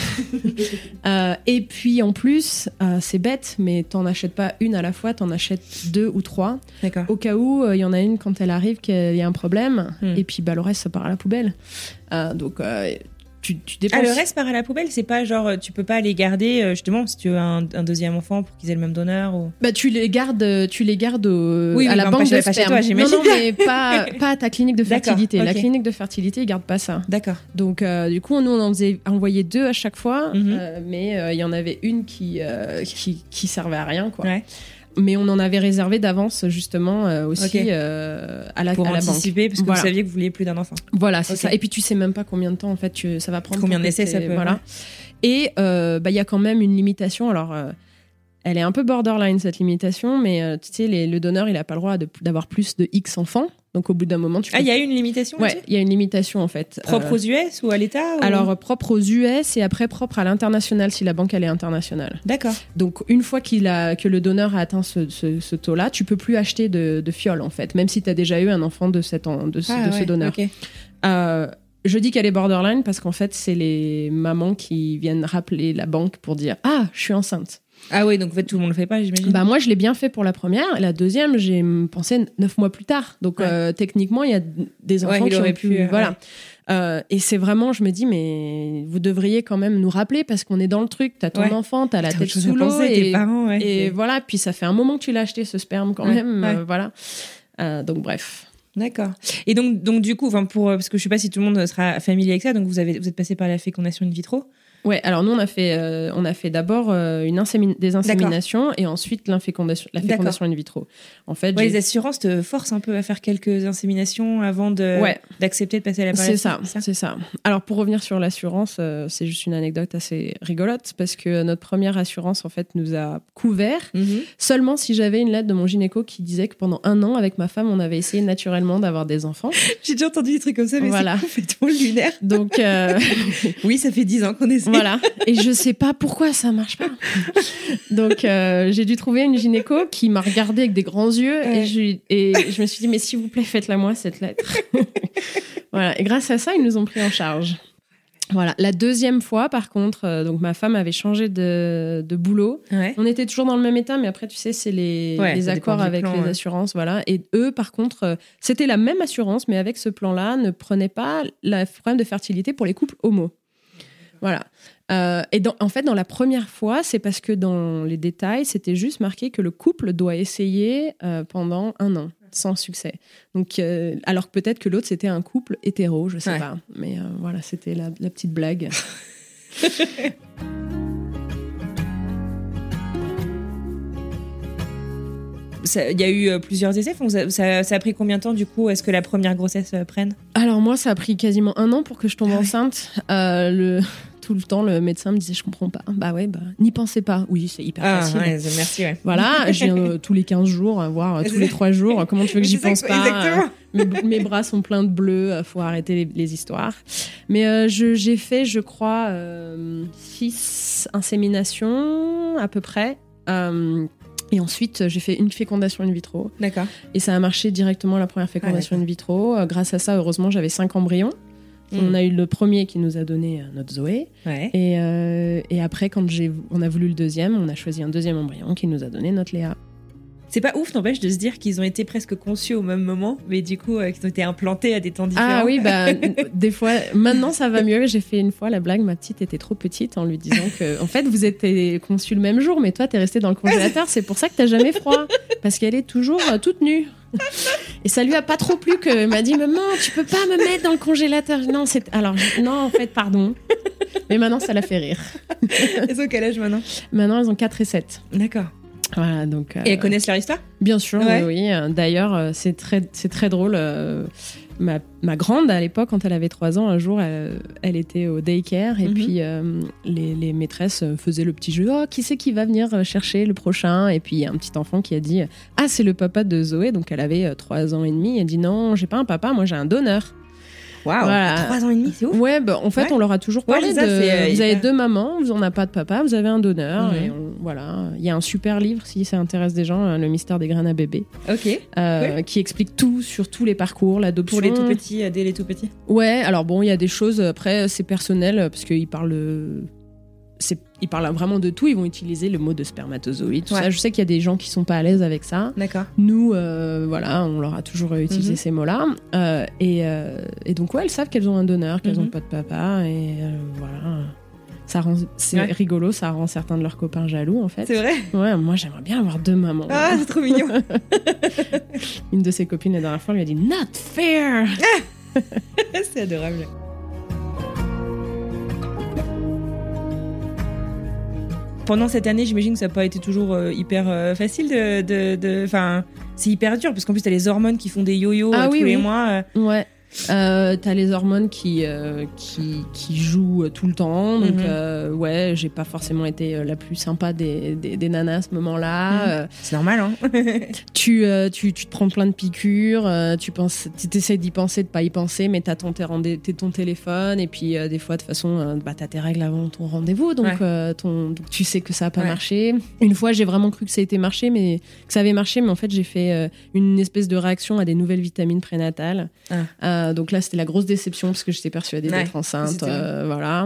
euh, et puis, en plus, euh, c'est bête, mais t'en achètes pas une à la fois, t'en achètes deux ou trois. D'accord. Au cas où, il euh, y en a une quand elle arrive, qu'il y a un problème, mmh. et puis bah, le reste, ça part à la poubelle. Euh, donc... Euh, Tu, tu dépenses... Ah, le reste part à la poubelle, c'est pas genre tu peux pas les garder justement si tu veux un, un deuxième enfant pour qu'ils aient le même donneur ou... Bah tu les gardes, tu les gardes au, oui, à oui, la banque de sperme. Toi, j'imagine. Non, non, mais pas, pas à ta clinique de fertilité. Okay. La clinique de fertilité, ils gardent pas ça. D'accord. Donc euh, du coup, nous on en faisait envoyer deux à chaque fois, mm-hmm. euh, mais il euh, y en avait une qui, euh, qui qui servait à rien quoi. Ouais. Mais on en avait réservé d'avance justement euh, aussi okay. euh, à la, pour à la anticiper, banque. parce que voilà. vous saviez que vous vouliez plus d'un enfant. Voilà, c'est okay. ça. Et puis tu sais même pas combien de temps en fait tu, ça va prendre. Combien d'essais ça peut. Voilà. Ouais. Et euh, bah il y a quand même une limitation. Alors euh, elle est un peu borderline cette limitation, mais euh, tu sais les, le donneur il a pas le droit de, d'avoir plus de X enfants. Donc au bout d'un moment, tu Ah, peux... il y a une limitation Ouais, il y a une limitation en fait. Propre Euh, aux U S ou à l'État ou... Alors propre aux U S et après propre à l'international si la banque elle est internationale. D'accord. Donc une fois qu'il a, que le donneur a atteint ce, ce, ce taux-là, tu peux plus acheter de, de fiole en fait, même si tu as déjà eu un enfant de, cet en, de, ce, Ah, de ouais, ce donneur. ok. Euh, je dis qu'elle est borderline parce qu'en fait, c'est les mamans qui viennent rappeler la banque pour dire « Ah, je suis enceinte ». Ah oui, donc en fait, tout le monde le fait pas, j'imagine. Bah moi, je l'ai bien fait pour la première. La deuxième, j'ai pensé neuf mois plus tard. Donc Ouais. euh, techniquement, il y a des enfants Ouais, il qui aurait ont pu, pu... euh, voilà. ouais. Euh, et c'est vraiment, je me dis, mais vous devriez quand même nous rappeler parce qu'on est dans le truc. T'as ton Ouais. enfant, t'as la T'as tête autre chose à sous l'eau. penser, Et, tes parents, ouais. et c'est- voilà, puis ça fait un moment que tu l'as acheté, ce sperme quand Ouais, même. ouais. euh, voilà. Euh, donc bref. D'accord. Et donc, donc du coup, enfin pour, parce que je sais pas si tout le monde sera familier avec ça, donc vous avez, vous êtes passé par la fécondation in vitro. Ouais, alors nous on a fait, euh, on a fait d'abord euh, une insémin- des inséminations et ensuite l'infécondation, la fécondation in vitro. En fait, Ouais, j'ai- les assurances te forcent un peu à faire quelques inséminations avant de, Ouais. d'accepter de passer à la c'est ça, c'est ça. Alors pour revenir sur l'assurance, euh, c'est juste une anecdote assez rigolote parce que notre première assurance en fait nous a couvert Mhm. seulement si j'avais une lettre de mon gynéco qui disait que pendant un an avec ma femme on avait essayé naturellement d'avoir des enfants. J'ai déjà entendu des trucs comme ça, mais Voilà. c'est complètement lunaire. Donc euh, Oui, ça fait dix ans qu'on essaie. voilà. Et je sais pas pourquoi ça marche pas. Donc euh, j'ai dû trouver une gynéco qui m'a regardée avec des grands yeux Ouais. et, je, et je me suis dit mais s'il vous plaît faites-la moi cette lettre. Voilà. Et grâce à ça ils nous ont pris en charge. Voilà. La deuxième fois par contre, euh, donc ma femme avait changé de, de boulot. Ouais. On était toujours dans le même état, mais après, tu sais, c'est les, Ouais, les ça dépend accords du avec plan, les ouais. assurances, voilà. Et eux, par contre, euh, c'était la même assurance, mais avec ce plan-là, ne prenaient pas le problème de fertilité pour les couples homo. Voilà. Euh, et dans, en fait, dans la première fois, c'est parce que dans les détails, c'était juste marqué que le couple doit essayer euh, pendant un an, sans succès. Donc, euh, alors que peut-être que l'autre, c'était un couple hétéro, je sais Ouais. pas. Mais euh, voilà, c'était la, la petite blague. Ça- Il y a eu euh, plusieurs essais. Enfin, ça, ça- ça a pris combien de temps, du coup, est-ce que la première grossesse euh, prenne? Alors moi, ça a pris quasiment un an pour que je tombe Ah ouais. enceinte. Euh, le... Tout le temps, le médecin me disait, je comprends pas. Bah ouais, bah, n'y pensez pas. Oui, c'est hyper Ah, facile. ouais, merci, ouais. Voilà, je viens euh, tous les quinze jours, euh, voire euh, tous les trois jours. Comment tu veux que j'y C'est ça pense que- pas Exactement. euh, mes, mes bras sont pleins de bleu, euh, faut arrêter les, les histoires. Mais euh, je- j'ai fait, je crois, euh, six inséminations à peu près. Euh, et ensuite, j'ai fait une fécondation in vitro. D'accord. Et ça a marché directement la première fécondation Ah, in vitro. Euh, grâce à ça, heureusement, j'avais cinq embryons. Mm. On a eu le premier qui nous a donné euh, notre Zoé. Ouais. Et, euh, et après, quand j'ai, on a voulu le deuxième, on a choisi un deuxième embryon qui nous a donné notre Léa. C'est pas ouf, n'empêche, de se dire qu'ils ont été presque conçus au même moment, mais du coup, euh, qu'ils ont été implantés à des temps différents. Ah oui, bah, des fois, maintenant ça va mieux. J'ai fait une fois la blague, ma petite était trop petite en lui disant que, en fait, vous êtes conçus le même jour, mais toi, t'es resté dans le congélateur, c'est pour ça que t'as jamais froid. Parce qu'elle est toujours euh, toute nue. Et ça lui a pas trop plu qu'elle m'a dit, maman, tu peux pas me mettre dans le congélateur. Non, c'est, alors, je- non, en fait, pardon. Mais maintenant, ça l'a fait rire. Elles ont quel âge maintenant? Maintenant, elles ont quatre et sept. D'accord. Voilà, donc. euh, Et elles connaissent leur histoire? Bien sûr, Ouais. oui, oui. Euh, D'ailleurs, euh, c'est très, c'est très drôle. euh, Ma, ma grande, à l'époque, quand elle avait trois ans, un jour, elle, elle était au daycare et Mhm. puis euh, les, les maîtresses faisaient le petit jeu. Oh, qui c'est qui va venir chercher le prochain? Et puis il y a un petit enfant qui a dit ah, c'est le papa de Zoé. Donc elle avait euh, trois ans et demi. Elle dit non, j'ai pas un papa, moi j'ai un donneur. Waouh! Voilà. Trois ans et demi, c'est ouf! Ouais, bah, en fait, Ouais. on leur a toujours Ouais, parlé c'est ça, de. c'est, euh, vous avez hyper- deux mamans, vous n'en avez pas de papa, vous avez un donneur. Mhm. Et on- voilà. Il y a un super livre, si ça intéresse des gens, euh, Le mystère des graines à bébé, Ok. euh, qui explique tout sur tous les parcours, l'adoption. Pour les tout petits, euh, dès les tout petits. Ouais, alors bon, il y a des choses, après, c'est personnel, euh, parce qu'ils parlent. euh, c'est- Ils parlent vraiment de tout, ils vont utiliser le mot de spermatozoïde, tout Ouais. ça. Je sais qu'il y a des gens qui sont pas à l'aise avec ça. D'accord. Nous, euh, voilà, on leur a toujours utilisé Mhm. ces mots-là. Euh, et, euh, et donc, ouais, elles savent qu'elles ont un donneur, qu'elles Mhm. n'ont pas de papa. Et euh, voilà. Ça rend, c'est Ouais. rigolo, ça rend certains de leurs copains jaloux, en fait. C'est vrai? Ouais, moi, j'aimerais bien avoir deux mamans. Ah, c'est trop mignon! Une de ses copines, la dernière fois, lui a dit « Not fair !» C'est adorable. Pendant cette année, j'imagine que ça n'a pas été toujours euh, hyper euh, facile de... Enfin, de, de... c'est hyper dur, parce qu'en plus, t'as les hormones qui font des yo-yo Ah euh, oui, tous les oui. mois. euh. Ouais. Euh, t'as les hormones qui, euh, qui, qui jouent tout le temps. Donc, mm-hmm. euh, ouais, j'ai pas forcément été la plus sympa des, des, des nanas à ce moment-là. Mm-hmm. Euh, c'est normal, hein. tu, euh, tu, tu te prends plein de piqûres, euh, tu penses, tu essaies d'y penser, de pas y penser, mais t'as ton, t'es ton téléphone. Et puis, euh, des fois, de toute façon, euh, bah, t'as tes règles avant ton rendez-vous. Donc, ouais. euh, ton, donc tu sais que ça a pas ouais. marché. Une fois, j'ai vraiment cru que ça a été marché, mais que ça avait marché. Mais en fait, j'ai fait euh, une espèce de réaction à des nouvelles vitamines prénatales. Ah. Euh, donc là, c'était la grosse déception parce que j'étais persuadée ouais, d'être enceinte. Euh, voilà.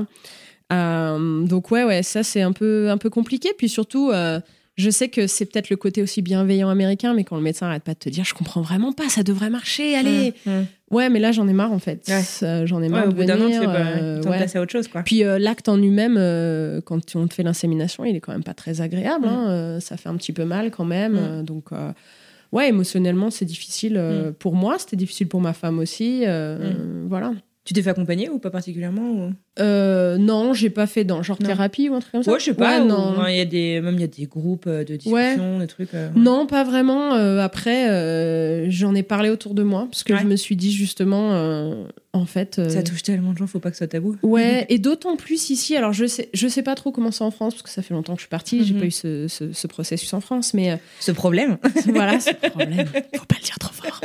Euh, donc ouais, ouais, ça c'est un peu, un peu compliqué. Puis surtout, euh, je sais que c'est peut-être le côté aussi bienveillant américain, mais quand le médecin arrête pas de te dire, je comprends vraiment pas, ça devrait marcher, allez. Mmh, mmh. Ouais, mais là j'en ai marre en fait. Ouais. Euh, j'en ai marre ouais, de venir. Au bout d'un moment, tu fais euh, ouais. passer à autre chose, quoi. Puis euh, l'acte en lui-même, euh, quand on te fait l'insémination, il est quand même pas très agréable. Mmh. Hein, euh, ça fait un petit peu mal quand même. Mmh. Euh, donc euh, ouais, émotionnellement, c'est difficile euh, mmh. pour moi, c'était difficile pour ma femme aussi. Euh, mmh. Voilà. Tu t'es fait accompagner ou pas particulièrement ou... euh, Non, j'ai pas fait dans genre non. thérapie ou un truc comme ça. Ouais, je sais pas. Ouais, ou, non. Il y a des, même il y a des groupes de discussion, ouais. des trucs. Euh, ouais. Non, pas vraiment. Euh, après, euh, j'en ai parlé autour de moi parce que ouais. je me suis dit justement, euh, en fait, euh, ça touche tellement de gens, faut pas que ce soit tabou. Ouais, et d'autant plus ici. Alors je sais, je sais pas trop comment c'est en France parce que ça fait longtemps que je suis partie. Mm-hmm. J'ai pas eu ce, ce, ce processus en France, mais euh, ce problème. Voilà, ce problème. Faut pas le dire trop fort.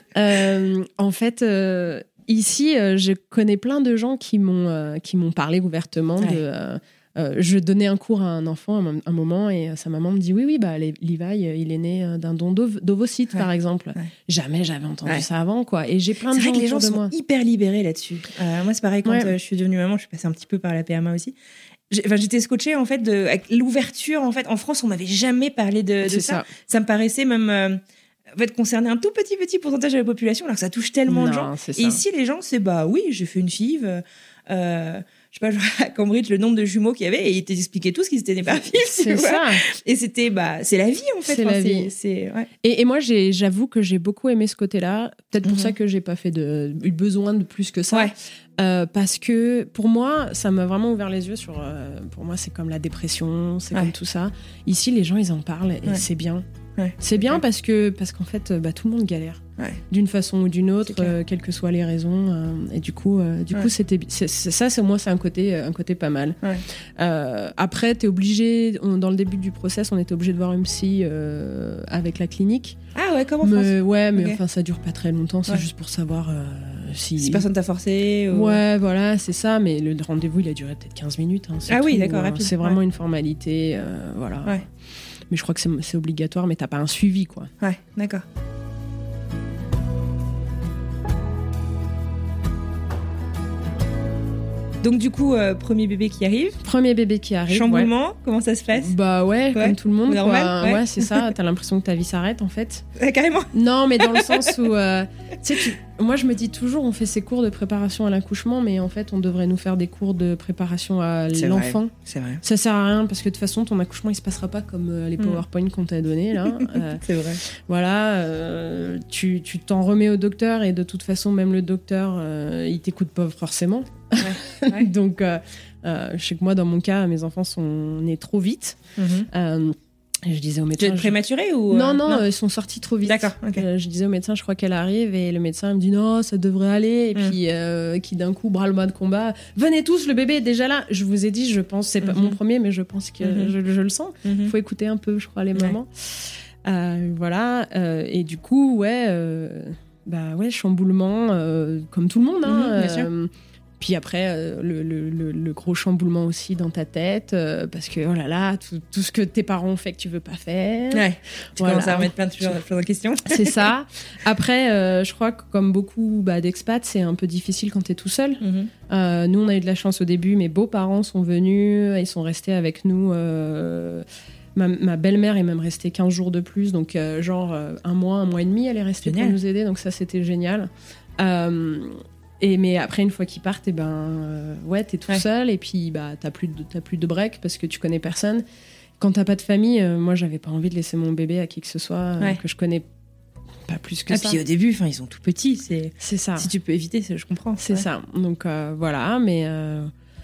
euh, en fait. Euh, Ici, euh, je connais plein de gens qui m'ont, euh, qui m'ont parlé ouvertement. Ouais. De, euh, euh, je donnais un cours à un enfant à un, un moment et sa maman me dit oui, oui, bah, Levi, il est né d'un don d'ov- d'ovocytes, ouais. par exemple. Ouais. Jamais j'avais entendu ouais. ça avant, quoi. Et j'ai plein c'est de gens autour de moi. C'est vrai que les gens sont hyper libérés là-dessus. Euh, moi, c'est pareil, quand ouais. euh, je suis devenue maman, je suis passée un petit peu par la P M A aussi. J'ai, enfin, j'étais scotchée, en fait, de, avec l'ouverture. En fait, en France, on m'avait jamais parlé de, de ça. ça. Ça me paraissait même... Euh, en fait, concerner un tout petit petit pourcentage de la population, alors que ça touche tellement non, de gens. Et ici, les gens, c'est bah oui, j'ai fait une F I V. Euh, je sais pas, genre à Cambridge, le nombre de jumeaux qu'il y avait, et ils t'expliquaient tous qu'ils étaient nés par F I V. C'est ça. Et c'était, bah, c'est la vie, en fait. C'est enfin, la c'est, vie. C'est, ouais. et, et moi, j'ai, j'avoue que j'ai beaucoup aimé ce côté-là. Peut-être pour mm-hmm. ça que j'ai pas fait de, eu besoin de plus que ça. Ouais. Euh, parce que pour moi, ça m'a vraiment ouvert les yeux sur. Euh, pour moi, c'est comme la dépression, c'est ouais. comme tout ça. Ici, les gens, ils en parlent et ouais. c'est bien. Ouais. C'est bien ouais. parce que parce qu'en fait bah, tout le monde galère ouais. d'une façon ou d'une autre euh, quelles que soient les raisons euh, et du coup euh, du ouais. coup c'était c'est, c'est, ça c'est moi c'est un côté un côté pas mal ouais. euh, après t'es obligé on, dans le début du process on était obligé de voir une psy euh, avec la clinique ah ouais comment mais, ouais mais okay. enfin ça dure pas très longtemps c'est ouais. juste pour savoir euh, si... si personne t'a forcé ou... ouais voilà c'est ça mais le rendez-vous il a duré peut-être quinze minutes hein, ah tout, oui d'accord hein, rapide. C'est vraiment ouais. une formalité euh, voilà ouais. Mais je crois que c'est, c'est obligatoire, mais t'as pas un suivi, quoi. Ouais, d'accord. Donc du coup, euh, premier bébé qui arrive. Premier bébé qui arrive. Chamboulement, ouais. Comment ça se passe? Bah ouais, ouais, comme tout le monde. Normal, quoi. Ouais. ouais, c'est ça. T'as l'impression que ta vie s'arrête en fait. Ouais, carrément. Non, mais dans le sens où, euh, tu sais, tu... moi je me dis toujours, on fait ces cours de préparation à l'accouchement, mais en fait, on devrait nous faire des cours de préparation à c'est l'enfant. Vrai. C'est vrai. Ça sert à rien parce que de toute façon, ton accouchement, il se passera pas comme euh, les PowerPoint mmh. qu'on t'a donné là. Euh, c'est vrai. Voilà, euh, tu, tu t'en remets au docteur et de toute façon, même le docteur, euh, il t'écoute pas forcément. Ouais. Ouais. Donc, euh, euh, je sais que moi, dans mon cas, mes enfants sont nés trop vite. Mmh. Euh, je disais au médecin. Tu es prématurée ou non, non, non, ils sont sortis trop vite. D'accord. Okay. Euh, je disais au médecin, je crois qu'elle arrive, et le médecin me dit non, ça devrait aller. Et mmh. puis, euh, qui d'un coup, bras-le-bas de combat, venez tous, le bébé est déjà là. Je vous ai dit, je pense, c'est mmh. pas mon premier, mais je pense que mmh. je, je le sens. Il mmh. faut écouter un peu, je crois, les mamans. Ouais. Euh, voilà. Euh, et du coup, ouais, euh, bah ouais, chamboulement, euh, comme tout le monde. Hein, mmh, bien euh, sûr. Puis après, euh, le, le, le, le gros chamboulement aussi dans ta tête, euh, parce que, oh là là, tout, tout ce que tes parents ont fait que tu veux pas faire. Ouais, tu voilà. commences à remettre plein de choses en question. C'est ça. Après, euh, je crois que comme beaucoup bah, d'expats, c'est un peu difficile quand t'es tout seul. Mm-hmm. Euh, nous, on a eu de la chance au début, mes beaux-parents sont venus, ils sont restés avec nous... Euh, Ma, ma belle-mère est même restée quinze jours de plus, donc euh, genre euh, un mois, un mois et demi, elle est restée génial. Pour nous aider, donc ça, c'était génial. Euh, Et mais après, une fois qu'ils partent, et ben, euh, ouais, t'es tout ouais. seul et puis bah, t'as plus de, t'as plus de break parce que tu connais personne. Quand t'as pas de famille, euh, moi, j'avais pas envie de laisser mon bébé à qui que ce soit ouais. euh, que je connais pas plus que ah, ça. Puis au début, enfin, ils sont tout petits, c'est c'est ça. Si tu peux éviter, je comprends. C'est ouais. ça. Donc euh, voilà, mais euh,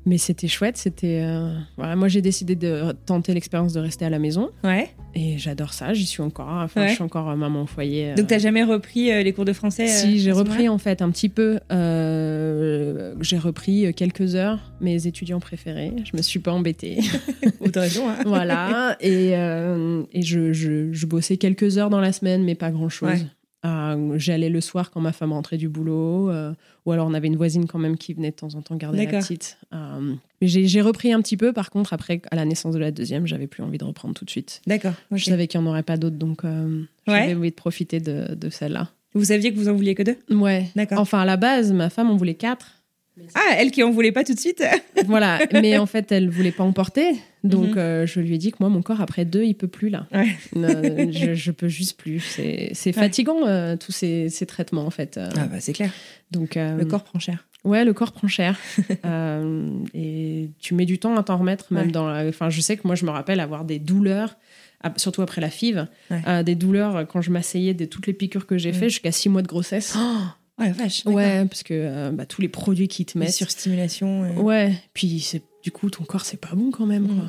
mais c'était chouette. C'était, euh, voilà, moi, j'ai décidé de tenter l'expérience de rester à la maison. Ouais. Et j'adore ça. J'y suis encore. Enfin, ouais. je suis encore maman au foyer. Euh... Donc, t'as jamais repris euh, les cours de français euh, Si, j'ai repris en fait un petit peu. Euh, j'ai repris quelques heures. Mes étudiants préférés. Je me suis pas embêtée. Autre raison. Hein. Voilà. Et, euh, et je, je, je bossais quelques heures dans la semaine, mais pas grand-chose. Ouais. Euh, j'allais le soir quand ma femme rentrait du boulot, euh, ou alors on avait une voisine quand même qui venait de temps en temps garder D'accord. la petite. Euh, j'ai, j'ai repris un petit peu, par contre, après, à la naissance de la deuxième, j'avais plus envie de reprendre tout de suite. D'accord. Okay. Je savais qu'il n'y en aurait pas d'autres, donc euh, ouais. j'avais envie de profiter de, de celle-là. Vous saviez que vous en vouliez que deux ? Ouais. D'accord. Enfin, à la base, ma femme en voulait quatre. Ah, elle qui en voulait pas tout de suite. Voilà, mais en fait, elle voulait pas en porter. Donc, mm-hmm. euh, je lui ai dit que moi, mon corps, après deux, il peut plus, là. Ouais. euh, je, je peux juste plus. C'est, c'est fatigant, ouais. euh, tous ces, ces traitements, en fait. Euh, ah bah, c'est clair. Donc, euh, le corps prend cher. Ouais, le corps prend cher. euh, et tu mets du temps à t'en remettre, même ouais. dans la... Enfin, je sais que moi, je me rappelle avoir des douleurs, surtout après la F I V, ouais. euh, des douleurs quand je m'asseyais de toutes les piqûres que j'ai mmh. fait jusqu'à six mois de grossesse. Oh ouais, vache. Ouais, parce que euh, bah, tous les produits qui te mettent. Les surstimulation. Et... Ouais, puis c'est, du coup, ton corps, c'est pas bon quand même, mmh. quoi.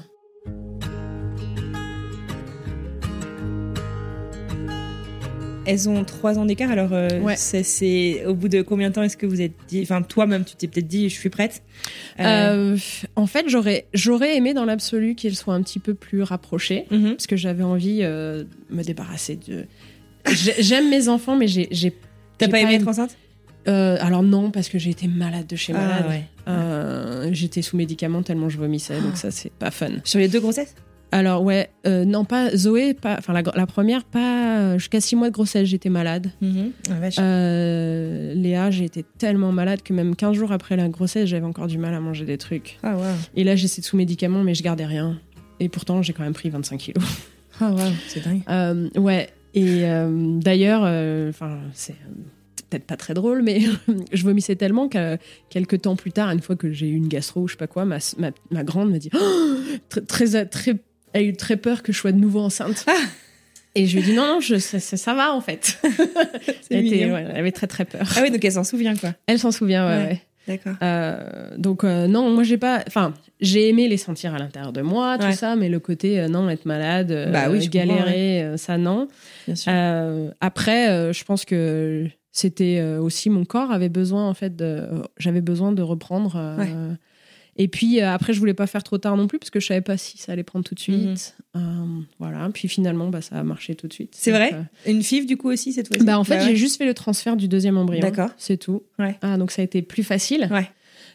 Elles ont trois ans d'écart, alors euh, ouais. c'est, c'est au bout de combien de temps est-ce que vous êtes dit, enfin toi-même tu t'es peut-être dit je suis prête euh... Euh, En fait j'aurais, j'aurais aimé dans l'absolu qu'elles soient un petit peu plus rapprochées, mm-hmm. parce que j'avais envie euh, de me débarrasser de... J'aime mes enfants mais j'ai... j'ai T'as j'ai pas, pas aimé être enceinte euh, Alors non, parce que j'ai été malade de chez ah, malade. Ouais. Euh, j'étais sous médicaments tellement je vomissais, donc ça c'est pas fun. Sur les deux grossesses ? Alors ouais, euh, non pas Zoé, pas, enfin la, la première, pas jusqu'à six mois de grossesse j'étais malade. Mmh. Ah, vache. Euh, Léa, j'ai été tellement malade que même quinze jours après la grossesse, j'avais encore du mal à manger des trucs. Ah ouais. Et là j'étais sous médicaments, mais je gardais rien. Et pourtant j'ai quand même pris vingt-cinq kilos. Ah ouais, c'est dingue. Euh, ouais. Et euh, d'ailleurs, enfin euh, c'est peut-être pas très drôle, mais je vomissais tellement que quelques temps plus tard, une fois que j'ai eu une gastro ou je sais pas quoi, ma, ma, ma grande me dit oh, très très très elle a eu très peur que je sois de nouveau enceinte. Ah et je lui ai dit non, non, je, ça, ça, ça va en fait. elle, était, ouais, elle avait très très peur. Ah oui, donc elle s'en souvient quoi. Elle s'en souvient, ouais. ouais. ouais. D'accord. Euh, donc euh, non, moi j'ai pas, enfin j'ai aimé les sentir à l'intérieur de moi, tout ouais. ça, mais le côté euh, non, être malade, euh, bah oui, galérer, ouais. euh, ça non. Bien sûr. Euh, après, euh, je pense que c'était euh, aussi mon corps avait besoin en fait, de, euh, j'avais besoin de reprendre. Euh, ouais. Et puis euh, après, je voulais pas faire trop tard non plus parce que je savais pas si ça allait prendre tout de suite. Mmh. Euh, voilà. Puis finalement, bah, ça a marché tout de suite. C'est donc, vrai euh... Une F I V du coup aussi cette fois-ci. Bah en fait, bah, ouais. j'ai juste fait le transfert du deuxième embryon. D'accord. C'est tout. Ouais. Ah, donc ça a été plus facile. Ouais.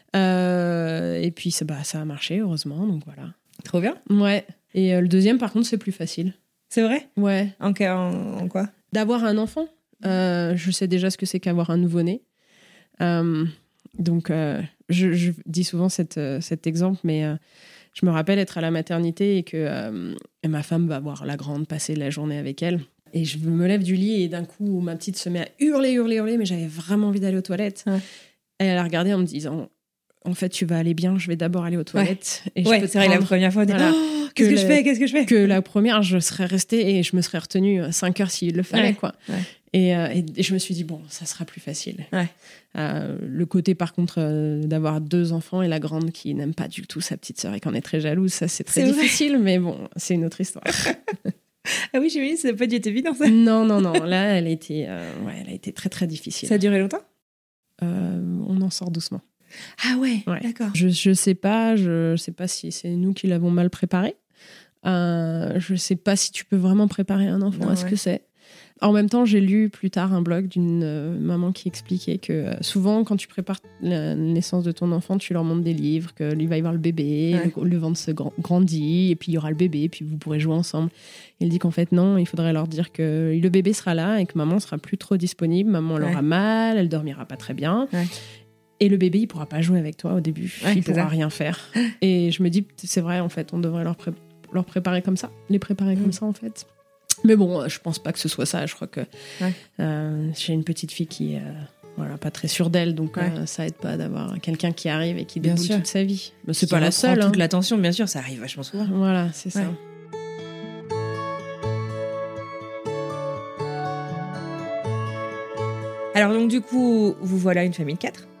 Euh, et puis bah, ça a marché heureusement. Donc voilà. Trop bien. Ouais. Et euh, le deuxième, par contre, c'est plus facile. C'est vrai ? Ouais. En, en, en quoi ? D'avoir un enfant. Euh, je sais déjà ce que c'est qu'avoir un nouveau-né. Euh, donc, euh, je, je dis souvent cette, euh, cet exemple, mais euh, je me rappelle être à la maternité et que euh, et ma femme va voir la grande passer la journée avec elle. Et je me lève du lit et d'un coup, ma petite se met à hurler, hurler, hurler, mais j'avais vraiment envie d'aller aux toilettes. Ouais. Et elle a regardé en me disant... En fait, tu vas aller bien, je vais d'abord aller aux toilettes. Ouais, et je ouais peux c'est vrai, la première fois, on dit voilà, oh, qu'est-ce que, que je fais, qu'est-ce que je fais Que la première, je serais restée et je me serais retenue cinq heures s'il le fallait, ouais, quoi. Ouais. Et, euh, et, et je me suis dit, bon, ça sera plus facile. Ouais. Euh, le côté, par contre, euh, d'avoir deux enfants et la grande qui n'aime pas du tout sa petite sœur et qui en est très jalouse, ça, c'est très c'est difficile, vrai. Mais bon, c'est une autre histoire. Ah oui, j'imagine, ça n'a pas dû être évident, ça. Non, non, non. Là, elle a été, euh, ouais, elle a été très, très difficile. Ça a duré longtemps euh, On en sort doucement. Ah ouais, ouais. D'accord. Je, je sais pas, je sais pas si c'est nous qui l'avons mal préparé. Euh, je sais pas si tu peux vraiment préparer un enfant non, à ce ouais. que c'est. En même temps, j'ai lu plus tard un blog d'une euh, maman qui expliquait que euh, souvent, quand tu prépares la naissance de ton enfant, tu leur montres des livres, qu'il va y avoir le bébé, ouais. le, le ventre se grand, grandit, et puis il y aura le bébé, et puis vous pourrez jouer ensemble. Elle dit qu'en fait, non, il faudrait leur dire que le bébé sera là et que maman sera plus trop disponible, maman elle ouais. aura mal, elle dormira pas très bien. Ouais. Et le bébé, il pourra pas jouer avec toi au début. Ouais, il pourra ça. rien faire. Et je me dis, c'est vrai, en fait, on devrait leur, pré- leur préparer comme ça. Les préparer mmh. comme ça, en fait. Mais bon, je pense pas que ce soit ça. Je crois que ouais. euh, j'ai une petite fille qui est euh, voilà, pas très sûre d'elle. Donc, ouais. euh, ça aide pas d'avoir quelqu'un qui arrive et qui déboule toute sa vie. Mais c'est qui pas la seule. Toute hein. l'attention, bien sûr, ça arrive vachement souvent. Voilà, c'est ouais. ça. Alors, donc, du coup, vous voilà une famille de quatre.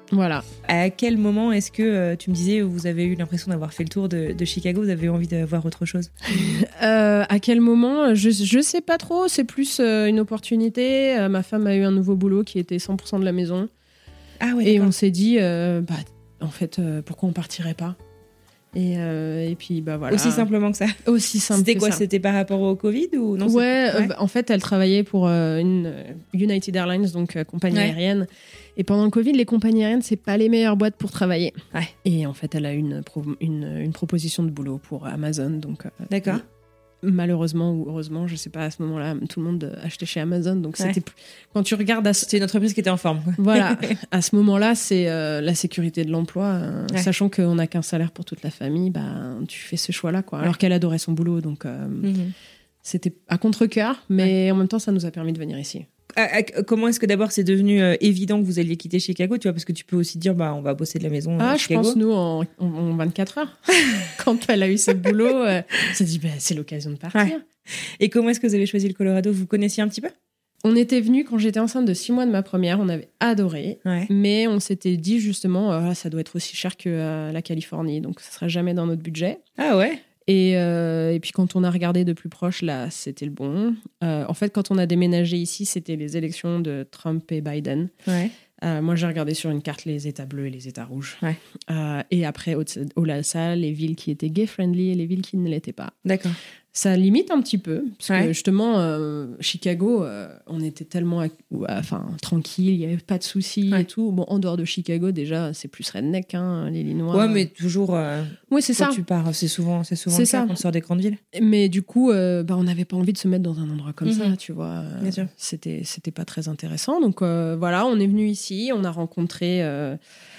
Voilà. À quel moment est-ce que, euh, tu me disais, vous avez eu l'impression d'avoir fait le tour de, de Chicago, vous avez envie de voir autre chose? euh, À quel moment? Je, je sais pas trop, c'est plus euh, une opportunité. Euh, ma femme a eu un nouveau boulot qui était cent pour cent de la maison. Ah ouais, et d'accord. on s'est dit, euh, bah, en fait, euh, pourquoi on partirait pas? Et, euh, et puis, bah voilà. Aussi simplement que ça. Aussi simple C'était que quoi? ça. C'était par rapport au Covid ou non? Ouais, c'est... euh, bah, en fait, elle travaillait pour euh, une euh, United Airlines, donc euh, compagnie Ouais. aérienne. Et pendant le Covid, les compagnies aériennes, c'est pas les meilleures boîtes pour travailler. Ouais. Et en fait, elle a eu une, pro- une, une proposition de boulot pour Amazon. Donc, euh, D'accord. malheureusement ou heureusement, je sais pas, à ce moment-là, tout le monde achetait chez Amazon. Donc, Ouais. c'était plus... quand tu regardes à ce... C'était une entreprise qui était en forme. Voilà, à ce moment-là, c'est euh, la sécurité de l'emploi. euh, Ouais. Sachant qu'on n'a qu'un salaire pour toute la famille, bah, tu fais ce choix-là, quoi. Alors qu'elle adorait son boulot, donc euh, Mhm. c'était à contre-cœur, mais en même temps, ça nous a permis de venir ici. Ah, ah, comment est-ce que d'abord c'est devenu euh, évident que vous alliez quitter Chicago, tu vois, parce que tu peux aussi dire bah on va bosser de la maison Ah, à je Chicago. pense, nous, en, en- en vingt-quatre heures, quand elle a eu ce boulot, euh, on s'est dit, bah, c'est l'occasion de partir. Ouais. Et comment est-ce que vous avez choisi le Colorado? Vous connaissiez un petit peu? On était venus quand j'étais enceinte de six mois de ma première, on avait adoré, Ouais. mais on s'était dit justement, euh, ça doit être aussi cher que euh, la Californie, donc ça sera jamais dans notre budget. Ah ouais. Et, euh, et puis quand on a regardé de plus proche, là, c'était le bon. Euh, en fait, quand on a déménagé ici, c'était les élections de Trump et Biden. Ouais. Euh, moi, j'ai regardé sur une carte les États bleus et les États rouges. Ouais. Euh, et après, au-dessus de ça, les villes qui étaient gay-friendly et les villes qui ne l'étaient pas. D'accord. Ça limite un petit peu, parce Ouais. que justement, euh, Chicago, euh, on était tellement ac- ou- enfin, tranquille, il n'y avait pas de soucis Ouais. et tout. Bon, en dehors de Chicago, déjà, c'est plus redneck, hein, l'Illinois. Ouais, mais toujours. Euh, Oui, c'est quand ça. tu pars, c'est souvent, c'est souvent C'est le cas ça. quand on sort des grandes villes. Mais du coup, euh, bah, on n'avait pas envie de se mettre dans un endroit comme Mhm. ça, tu vois. Euh, Bien sûr. C'était, c'était pas très intéressant. Donc euh, voilà, on est venu ici, on a rencontré, euh,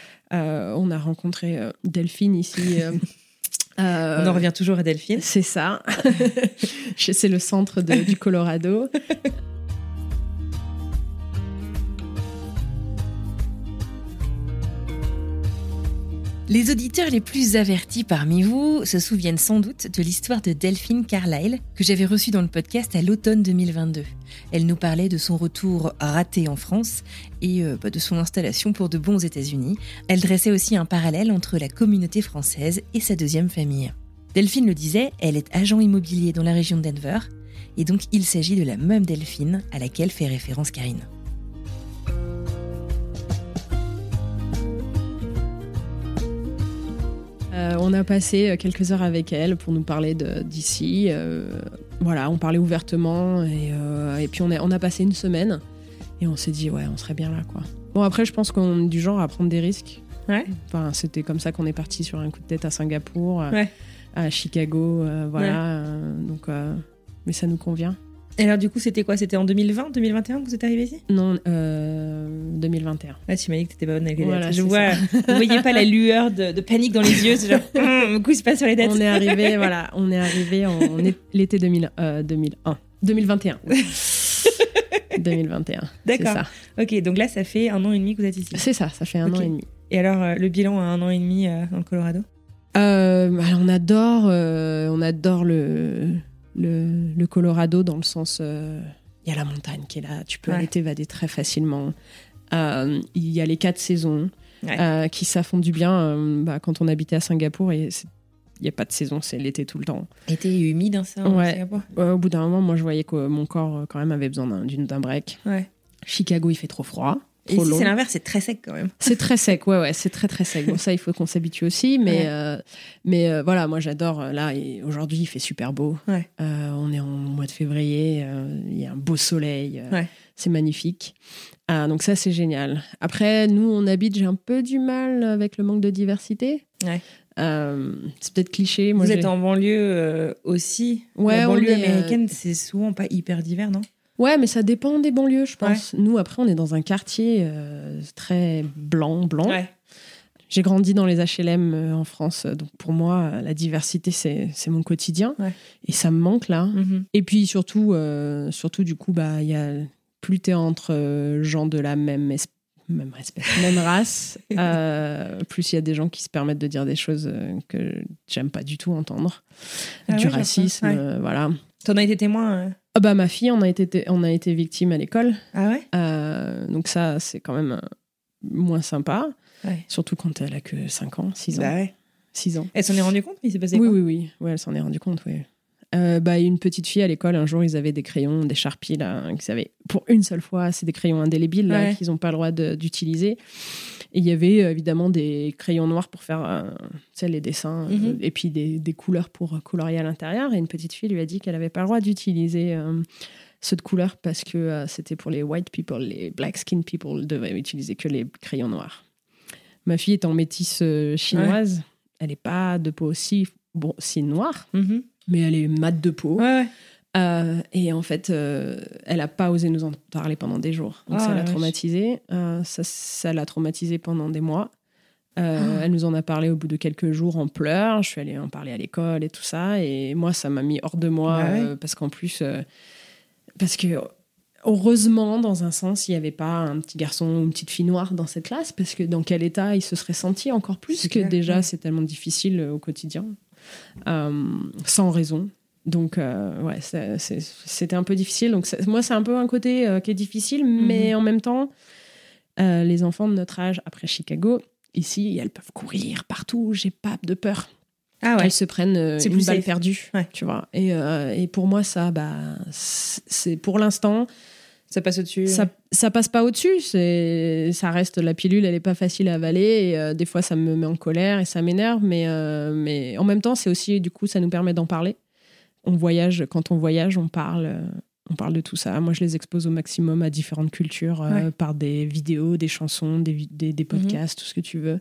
euh, on a rencontré euh, Delphine ici. euh, euh, On en revient toujours à Delphine. C'est ça. C'est le centre de- du Colorado. Les auditeurs les plus avertis parmi vous se souviennent sans doute de l'histoire de Delphine Carlyle que j'avais reçue dans le podcast à l'automne deux mille vingt-deux. Elle nous parlait de son retour raté en France et euh, bah, de son installation pour de bons aux États-Unis. Elle dressait aussi un parallèle entre la communauté française et sa deuxième famille. Delphine le disait, elle est agent immobilier dans la région de Denver et donc il s'agit de la même Delphine à laquelle fait référence Karine. Euh, on a passé quelques heures avec elle pour nous parler de- d'ici. Euh, voilà, on parlait ouvertement et, euh, et puis on a, on a passé une semaine et on s'est dit ouais, on serait bien là quoi. Bon après, je pense qu'on est du genre à prendre des risques. Ouais. Enfin, c'était comme ça qu'on est parti sur un coup de tête à Singapour, à, Ouais. à Chicago, euh, voilà. Ouais. euh, donc, euh, mais ça nous convient. Et alors, du coup, c'était quoi? C'était en deux mille vingt, deux mille vingt et un que vous êtes arrivé ici? Non, euh, deux mille vingt et un. Ah, tu m'as dit que t'étais pas bonne avec les Voilà, dates. Je c'est vois, vous voyez pas la lueur de, de panique dans les yeux, c'est genre, hum, coup, c'est pas sur les dates. On est arrivé, voilà, on est arrivé en é- l'été deux mille, euh, deux mille un, deux mille vingt et un. deux mille vingt et un. D'accord. C'est ça. Ok, donc là, ça fait un an et demi que vous êtes ici. C'est ça, ça fait un Ok. an et demi. Et alors, euh, le bilan à un an et demi euh, dans le Colorado? Euh, alors on adore, euh, on adore le, le, le Colorado dans le sens, euh, il y a la montagne qui est là, tu peux Ouais. aller t'évader très facilement. Euh, Il y a les quatre saisons Ouais. euh, qui s'affondent bien. euh, bah, quand on habitait à Singapour, et c'est- il n'y a pas de saison, c'est l'été tout le temps. Été humide, hein, ça, en Ouais. Singapour? Euh, au bout d'un moment, moi je voyais que mon corps euh, quand même avait besoin d'un, d'une- d'un break. Ouais. Chicago, il fait trop froid. Et Trop ici, long. c'est l'inverse, c'est très sec quand même. C'est très sec, ouais, ouais, c'est très très sec. Bon, ça, il faut qu'on s'habitue aussi, mais, Ouais. euh, mais euh, voilà, moi j'adore. euh, Là, et aujourd'hui, il fait super beau. Ouais. Euh, on est en mois de février, euh, il y a un beau soleil, euh, Ouais. c'est magnifique. Ah, donc ça, c'est génial. Après, nous, on habite, j'ai un peu du mal avec le manque de diversité. Ouais. Euh, c'est peut-être cliché. Moi, vous j'ai- êtes en banlieue euh, aussi. Ouais, la on banlieue est, euh, américaine, c'est souvent pas hyper divers, non? Ouais, mais ça dépend des banlieues, je pense. Nous, après, on est dans un quartier euh, très blanc, blanc. Ouais. J'ai grandi dans les H L M euh, en France, donc pour moi, euh, la diversité, c'est, c'est mon quotidien. Ouais. Et ça me manque là. Mhm. Et puis surtout, euh, surtout du coup, bah, il y a, plus t'es entre euh, gens de la même, es- même espèce, même race, euh, plus il y a des gens qui se permettent de dire des choses euh, que j'aime pas du tout entendre. Ah du ouais, racisme, j'entends. Ouais. euh, voilà. T'en as été témoin euh Ah bah, ma fille, on a été, on a été victime à l'école. Ah ouais? Euh, donc ça, c'est quand même euh, moins sympa. Ouais. Surtout quand elle a que cinq ans, six ans. Bah ouais. six ans. Elle s'en est rendue compte, mais il s'est passé Oui, quoi? oui, oui. Ouais, elle s'en est rendue compte, oui. Euh, bah, une petite fille à l'école, un jour, ils avaient des crayons, des Sharpies, là, qu'ils avaient, pour une seule fois, c'est des crayons indélébiles, là, Ouais. qu'ils n'ont pas le droit de, d'utiliser. Et il y avait euh, évidemment des crayons noirs pour faire euh, tu sais, les dessins, Mm-hmm. euh, et puis des, des couleurs pour colorier à l'intérieur. Et une petite fille lui a dit qu'elle n'avait pas le droit d'utiliser euh, ceux de couleur parce que euh, c'était pour les white people, les black skin people devaient utiliser que les crayons noirs. Ma fille étant métisse euh, chinoise, ouais. Elle n'est pas de peau aussi, bon, si noire, Mm-hmm. mais elle est mate de peau. Ouais, ouais. Euh, et en fait, euh, elle n'a pas osé nous en parler pendant des jours. Donc Ah, ça l'a ouais. traumatisée. Euh, ça, ça l'a traumatisée pendant des mois. Euh, Ah. Elle nous en a parlé au bout de quelques jours en pleurs. Je suis allée en parler à l'école et tout ça. Et moi, ça m'a mis hors de moi. Bah ouais. euh, parce qu'en plus... Euh, parce que... Heureusement, dans un sens, il n'y avait pas un petit garçon ou une petite fille noire dans cette classe, parce que dans quel état il se serait senti encore plus C'est que clair, déjà ouais. c'est tellement difficile euh, au quotidien, euh, sans raison. Donc, euh, ouais, c'est, c'est, c'était un peu difficile. Donc, c'est, moi, c'est un peu un côté euh, qui est difficile, Mhm. mais en même temps, euh, les enfants de notre âge, après Chicago, ici, elles peuvent courir partout. J'ai pas de peur. Ah ouais. Elles se prennent euh, C'est une plus balle safe. perdue, Ouais. tu vois. Et, euh, et pour moi, ça, bah, c'est, c'est pour l'instant... Ça passe au-dessus. Ça, ça passe pas au-dessus, c'est, ça reste, la pilule, elle est pas facile à avaler, et euh, des fois ça me met en colère et ça m'énerve, mais, euh, mais en même temps, c'est aussi, du coup, ça nous permet d'en parler. On voyage, quand on voyage, on parle, euh, on parle de tout ça. Moi, je les expose au maximum à différentes cultures, euh, Ouais. par des vidéos, des chansons, des, vi- des, des podcasts, tout ce que tu veux.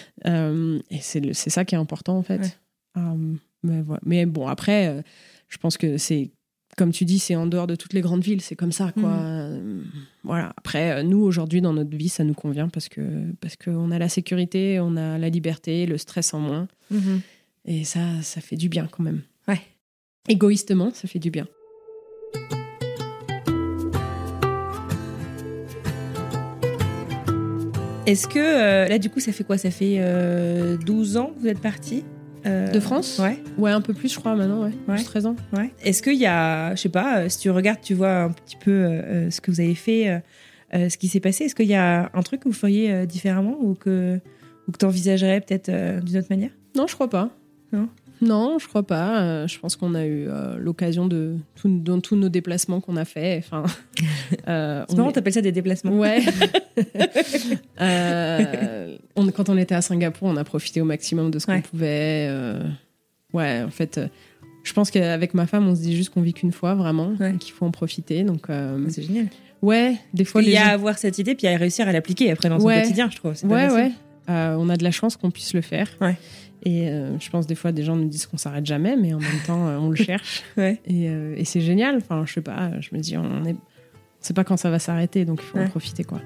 Euh, et c'est, le- c'est ça qui est important, en fait. Ouais. Euh, mais, voilà. Mais bon, après, euh, je pense que c'est comme tu dis, c'est en dehors de toutes les grandes villes, c'est comme ça, quoi. Mhm. Euh, voilà. Après, nous, aujourd'hui, dans notre vie, ça nous convient parce que parce qu'on a la sécurité, on a la liberté, le stress en moins. Mhm. Et ça, ça fait du bien quand même. Ouais. Égoïstement, ça fait du bien. Est-ce que, euh, là, du coup, ça fait quoi? Ça fait euh, douze ans que vous êtes partis euh, De France? Ouais. Ouais, un peu plus, je crois, maintenant, ouais. Ouais. Plus treize ans. Ouais. Est-ce qu'il y a, je sais pas, euh, si tu regardes, tu vois un petit peu euh, ce que vous avez fait, euh, euh, ce qui s'est passé. Est-ce qu'il y a un truc que vous feriez euh, différemment ou que, ou que tu envisagerais peut-être euh, d'une autre manière? Non, je crois pas. Non Non, je crois pas. Euh, je pense qu'on a eu euh, l'occasion de, tout, dans tous nos déplacements qu'on a fait. Enfin, euh, C'est on marrant, est- t'appelles ça des déplacements. Ouais. Euh, on, quand on était à Singapour, on a profité au maximum de ce qu'on Ouais. pouvait. euh, ouais, en fait, euh, je pense qu'avec ma femme, on se dit juste qu'on vit qu'une fois, vraiment, Ouais. et qu'il faut en profiter. Donc, euh, C'est génial. ouais, des fois, Il les y a gens- à avoir cette idée, puis à réussir à l'appliquer après dans son Ouais. quotidien, je trouve. C'est pas Ouais, facile. ouais. Euh, on a de la chance qu'on puisse le faire. Ouais. Et euh, je pense des fois, des gens nous disent qu'on s'arrête jamais, mais en même temps, euh, on le cherche. Ouais. Et, euh, et c'est génial. Enfin, je sais pas, je me dis, on est... on sait pas quand ça va s'arrêter, donc il faut Ouais. en profiter, quoi.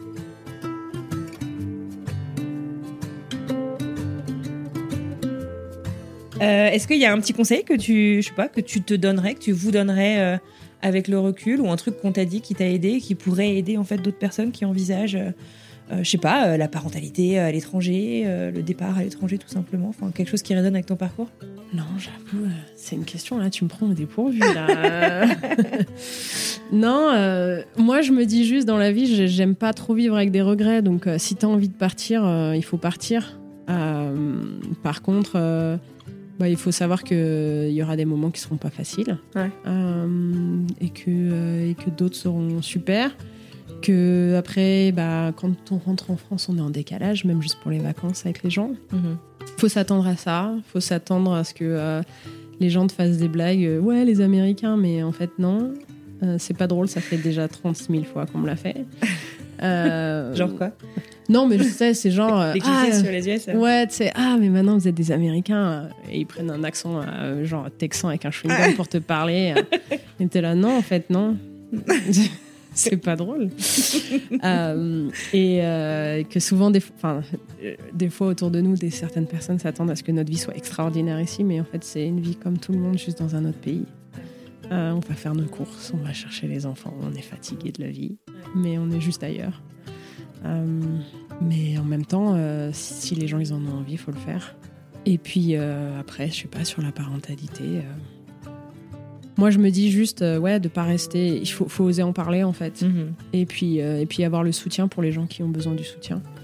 Euh, Est-ce qu'il y a un petit conseil que tu, je sais pas, que tu te donnerais, que tu vous donnerais euh, avec le recul, ou un truc qu'on t'a dit qui t'a aidé, qui pourrait aider en fait d'autres personnes qui envisagent, euh, euh, je sais pas, euh, la parentalité à l'étranger, euh, le départ à l'étranger tout simplement, enfin quelque chose qui résonne avec ton parcours? Non, j'avoue, euh, c'est une question, là, tu me prends au dépourvu, là. Non, euh, moi, je me dis juste, dans la vie, j'ai- j'aime pas trop vivre avec des regrets, donc euh, si t'as envie de partir, euh, il faut partir. Euh, par contre, euh, bah, il faut savoir qu'il y aura des moments qui seront pas faciles, Ouais. euh, et que, euh, et que d'autres seront super. Que après, bah, quand on rentre en France, on est en décalage, même juste pour les vacances avec les gens. Faut s'attendre à ça, faut s'attendre à ce que euh, les gens te fassent des blagues. euh, ouais, les Américains, mais en fait, non. Euh, c'est pas drôle, ça fait déjà trente mille fois qu'on me l'a fait. Euh, Genre quoi? Non, mais je sais, c'est genre. euh, Les ah, clichés sur les U S. euh. ouais, tu sais, ah, mais maintenant vous êtes des Américains, euh, et ils prennent un accent euh, genre texan avec un chewing-gum Ah. pour te parler. euh, et t'es là, non, en fait, non. C'est pas drôle. Euh, et euh, que souvent, des, enfin, euh, des fois autour de nous, des, certaines personnes s'attendent à ce que notre vie soit extraordinaire ici, mais en fait, c'est une vie comme tout le monde, juste dans un autre pays. Euh, on va faire nos courses, on va chercher les enfants, on est fatigué de la vie, mais on est juste ailleurs. Euh, mais en même temps, euh, si les gens ils en ont envie, il faut le faire. Et puis euh, après, je sais pas, sur la parentalité. euh, Moi, je me dis juste, euh, ouais, de pas rester. Il faut, faut oser en parler, en fait. Mhm. Et puis, euh, et puis avoir le soutien pour les gens qui ont besoin du soutien. Ouais.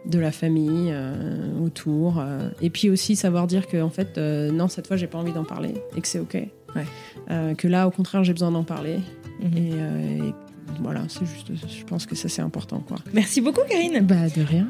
de la famille euh, autour. Euh, et puis aussi savoir dire que en fait, euh, non, cette fois, j'ai pas envie d'en parler et que c'est OK. Ouais. Euh, que là, au contraire, j'ai besoin d'en parler. Mm-hmm. Et, euh, et voilà, c'est juste, je pense que ça, c'est important, quoi. Merci beaucoup, Karine. Bah, de rien.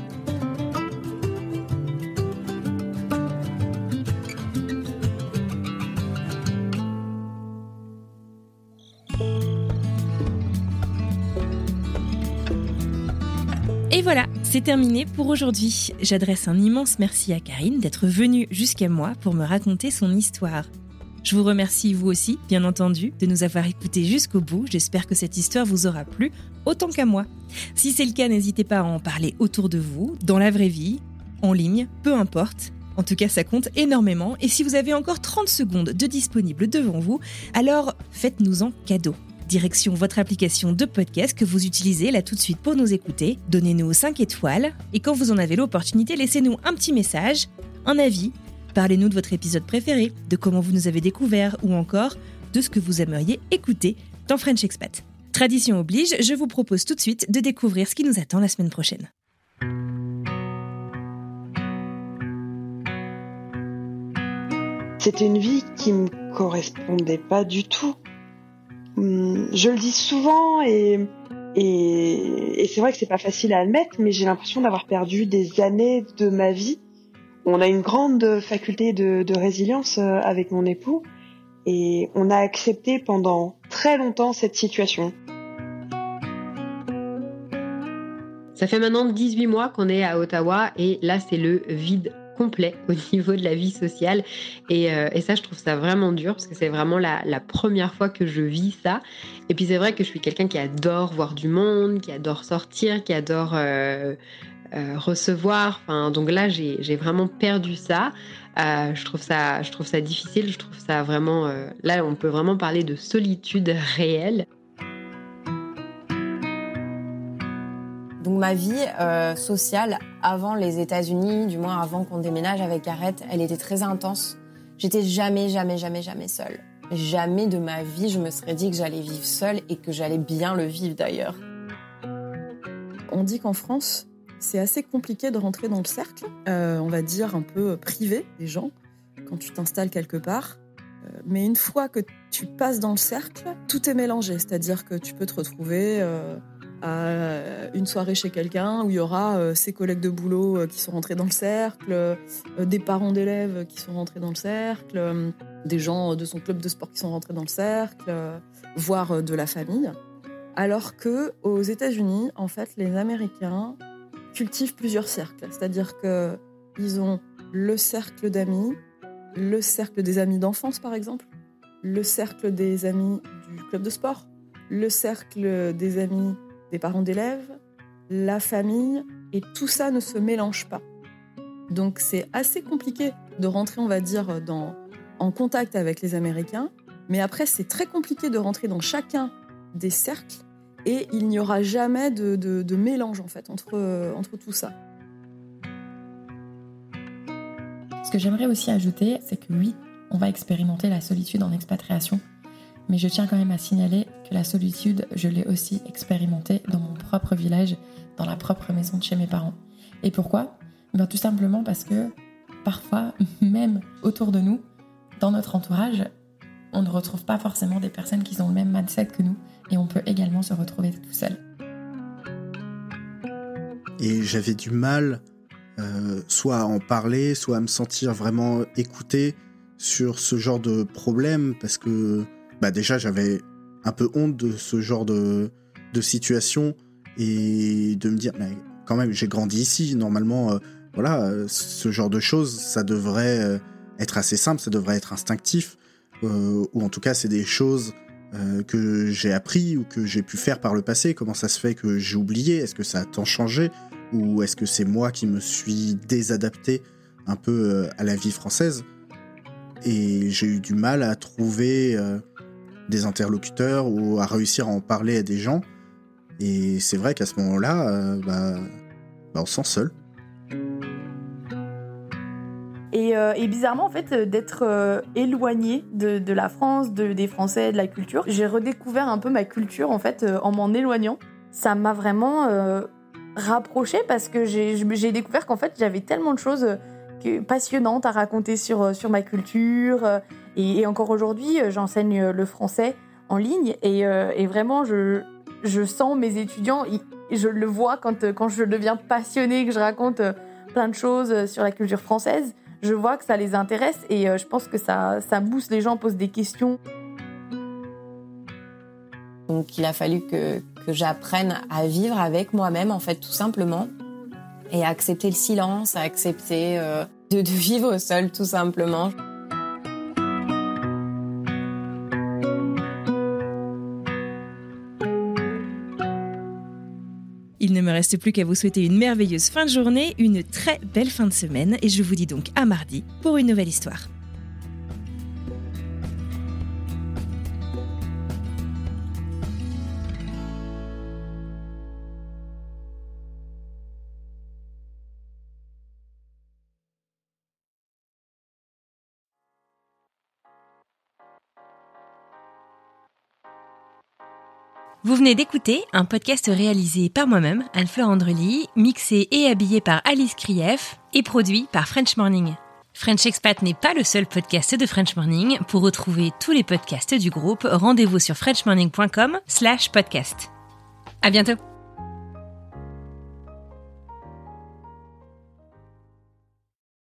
Et voilà, c'est terminé pour aujourd'hui. J'adresse un immense merci à Karine d'être venue jusqu'à moi pour me raconter son histoire. Je vous remercie vous aussi, bien entendu, de nous avoir écoutés jusqu'au bout. J'espère que cette histoire vous aura plu autant qu'à moi. Si c'est le cas, n'hésitez pas à en parler autour de vous, dans la vraie vie, en ligne, peu importe. En tout cas, ça compte énormément. Et si vous avez encore trente secondes de disponibles devant vous, alors faites-nous-en cadeau. Direction votre application de podcast que vous utilisez là tout de suite pour nous écouter. Donnez-nous cinq étoiles. Et quand vous en avez l'opportunité, laissez-nous un petit message, un avis. Parlez-nous de votre épisode préféré, de comment vous nous avez découvert ou encore de ce que vous aimeriez écouter dans French Expat. Tradition oblige, je vous propose tout de suite de découvrir ce qui nous attend la semaine prochaine. C'était une vie qui me correspondait pas du tout. Je le dis souvent et, et, et c'est vrai que c'est pas facile à admettre, mais j'ai l'impression d'avoir perdu des années de ma vie. On a une grande faculté de, de résilience avec mon époux et on a accepté pendant très longtemps cette situation. Ça fait maintenant dix-huit mois qu'on est à Ottawa et là c'est le vide complet au niveau de la vie sociale et, euh, et ça je trouve ça vraiment dur parce que c'est vraiment la, la première fois que je vis ça et puis c'est vrai que je suis quelqu'un qui adore voir du monde, qui adore sortir, qui adore euh, euh, recevoir, enfin, donc là j'ai, j'ai vraiment perdu ça. Euh, je trouve ça je trouve ça difficile, je trouve ça vraiment euh, là on peut vraiment parler de solitude réelle. Donc ma vie euh, sociale avant les États-Unis, du moins avant qu'on déménage avec Gareth, elle était très intense. J'étais jamais, jamais, jamais, jamais seule. Jamais de ma vie je me serais dit que j'allais vivre seule et que j'allais bien le vivre d'ailleurs. On dit qu'en France, c'est assez compliqué de rentrer dans le cercle, euh, on va dire un peu privé des gens, quand tu t'installes quelque part. Euh, mais une fois que tu passes dans le cercle, tout est mélangé. C'est-à-dire que tu peux te retrouver euh, à une soirée chez quelqu'un où il y aura euh, ses collègues de boulot euh, qui sont rentrés dans le cercle, euh, des parents d'élèves qui sont rentrés dans le cercle, euh, des gens de son club de sport qui sont rentrés dans le cercle, euh, voire euh, de la famille. Alors qu'aux États-Unis, en fait, les Américains cultivent plusieurs cercles. C'est-à-dire qu'ils ont le cercle d'amis, le cercle des amis d'enfance, par exemple, le cercle des amis du club de sport, le cercle des amis des parents d'élèves, la famille, et tout ça ne se mélange pas. Donc c'est assez compliqué de rentrer, on va dire, dans, en contact avec les Américains, mais après c'est très compliqué de rentrer dans chacun des cercles, et il n'y aura jamais de, de, de mélange en fait entre, euh, entre tout ça. Ce que j'aimerais aussi ajouter, c'est que oui, on va expérimenter la solitude en expatriation, mais je tiens quand même à signaler que la solitude, je l'ai aussi expérimentée dans mon propre village, dans la propre maison de chez mes parents. Et pourquoi ? Ben, tout simplement parce que parfois, même autour de nous, dans notre entourage, on ne retrouve pas forcément des personnes qui ont le même mindset que nous, et on peut également se retrouver tout seul. Et j'avais du mal euh, soit à en parler, soit à me sentir vraiment écouté sur ce genre de problème, parce que bah déjà j'avais un peu honte de ce genre de, de situation, et de me dire mais quand même j'ai grandi ici, normalement euh, voilà, euh, ce genre de choses ça devrait euh, être assez simple, ça devrait être instinctif, euh, ou en tout cas c'est des choses euh, que j'ai appris ou que j'ai pu faire par le passé. Comment ça se fait que j'ai oublié ? Est-ce que ça a tant changé, ou est-ce que c'est moi qui me suis désadapté un peu euh, à la vie française ? Et j'ai eu du mal à trouver euh, des interlocuteurs ou à réussir à en parler à des gens. Et c'est vrai qu'à ce moment-là, euh, bah, bah on se sent seul. Et, euh, et bizarrement, en fait, d'être euh, éloigné de, de la France, de, des Français, de la culture, j'ai redécouvert un peu ma culture, en fait, euh, en m'en éloignant. Ça m'a vraiment euh, rapproché parce que j'ai, j'ai découvert qu'en fait, j'avais tellement de choses que, passionnantes à raconter sur, sur ma culture. Et, et encore aujourd'hui, j'enseigne le français en ligne et, et vraiment, je, je sens mes étudiants, je le vois quand, quand je deviens passionnée, que je raconte plein de choses sur la culture française. Je vois que ça les intéresse et je pense que ça, ça booste les gens, posent des questions. Donc il a fallu que, que j'apprenne à vivre avec moi-même, en fait, tout simplement. Et à accepter le silence, à accepter euh, de, de vivre seule, tout simplement. Il ne me reste plus qu'à vous souhaiter une merveilleuse fin de journée, une très belle fin de semaine, et je vous dis donc à mardi pour une nouvelle histoire. Vous venez d'écouter un podcast réalisé par moi-même, Anne-Fleur Andrely, mixé et habillé par Alice Krief et produit par French Morning. French Expat n'est pas le seul podcast de French Morning. Pour retrouver tous les podcasts du groupe, rendez-vous sur french morning point com slash podcast. À bientôt!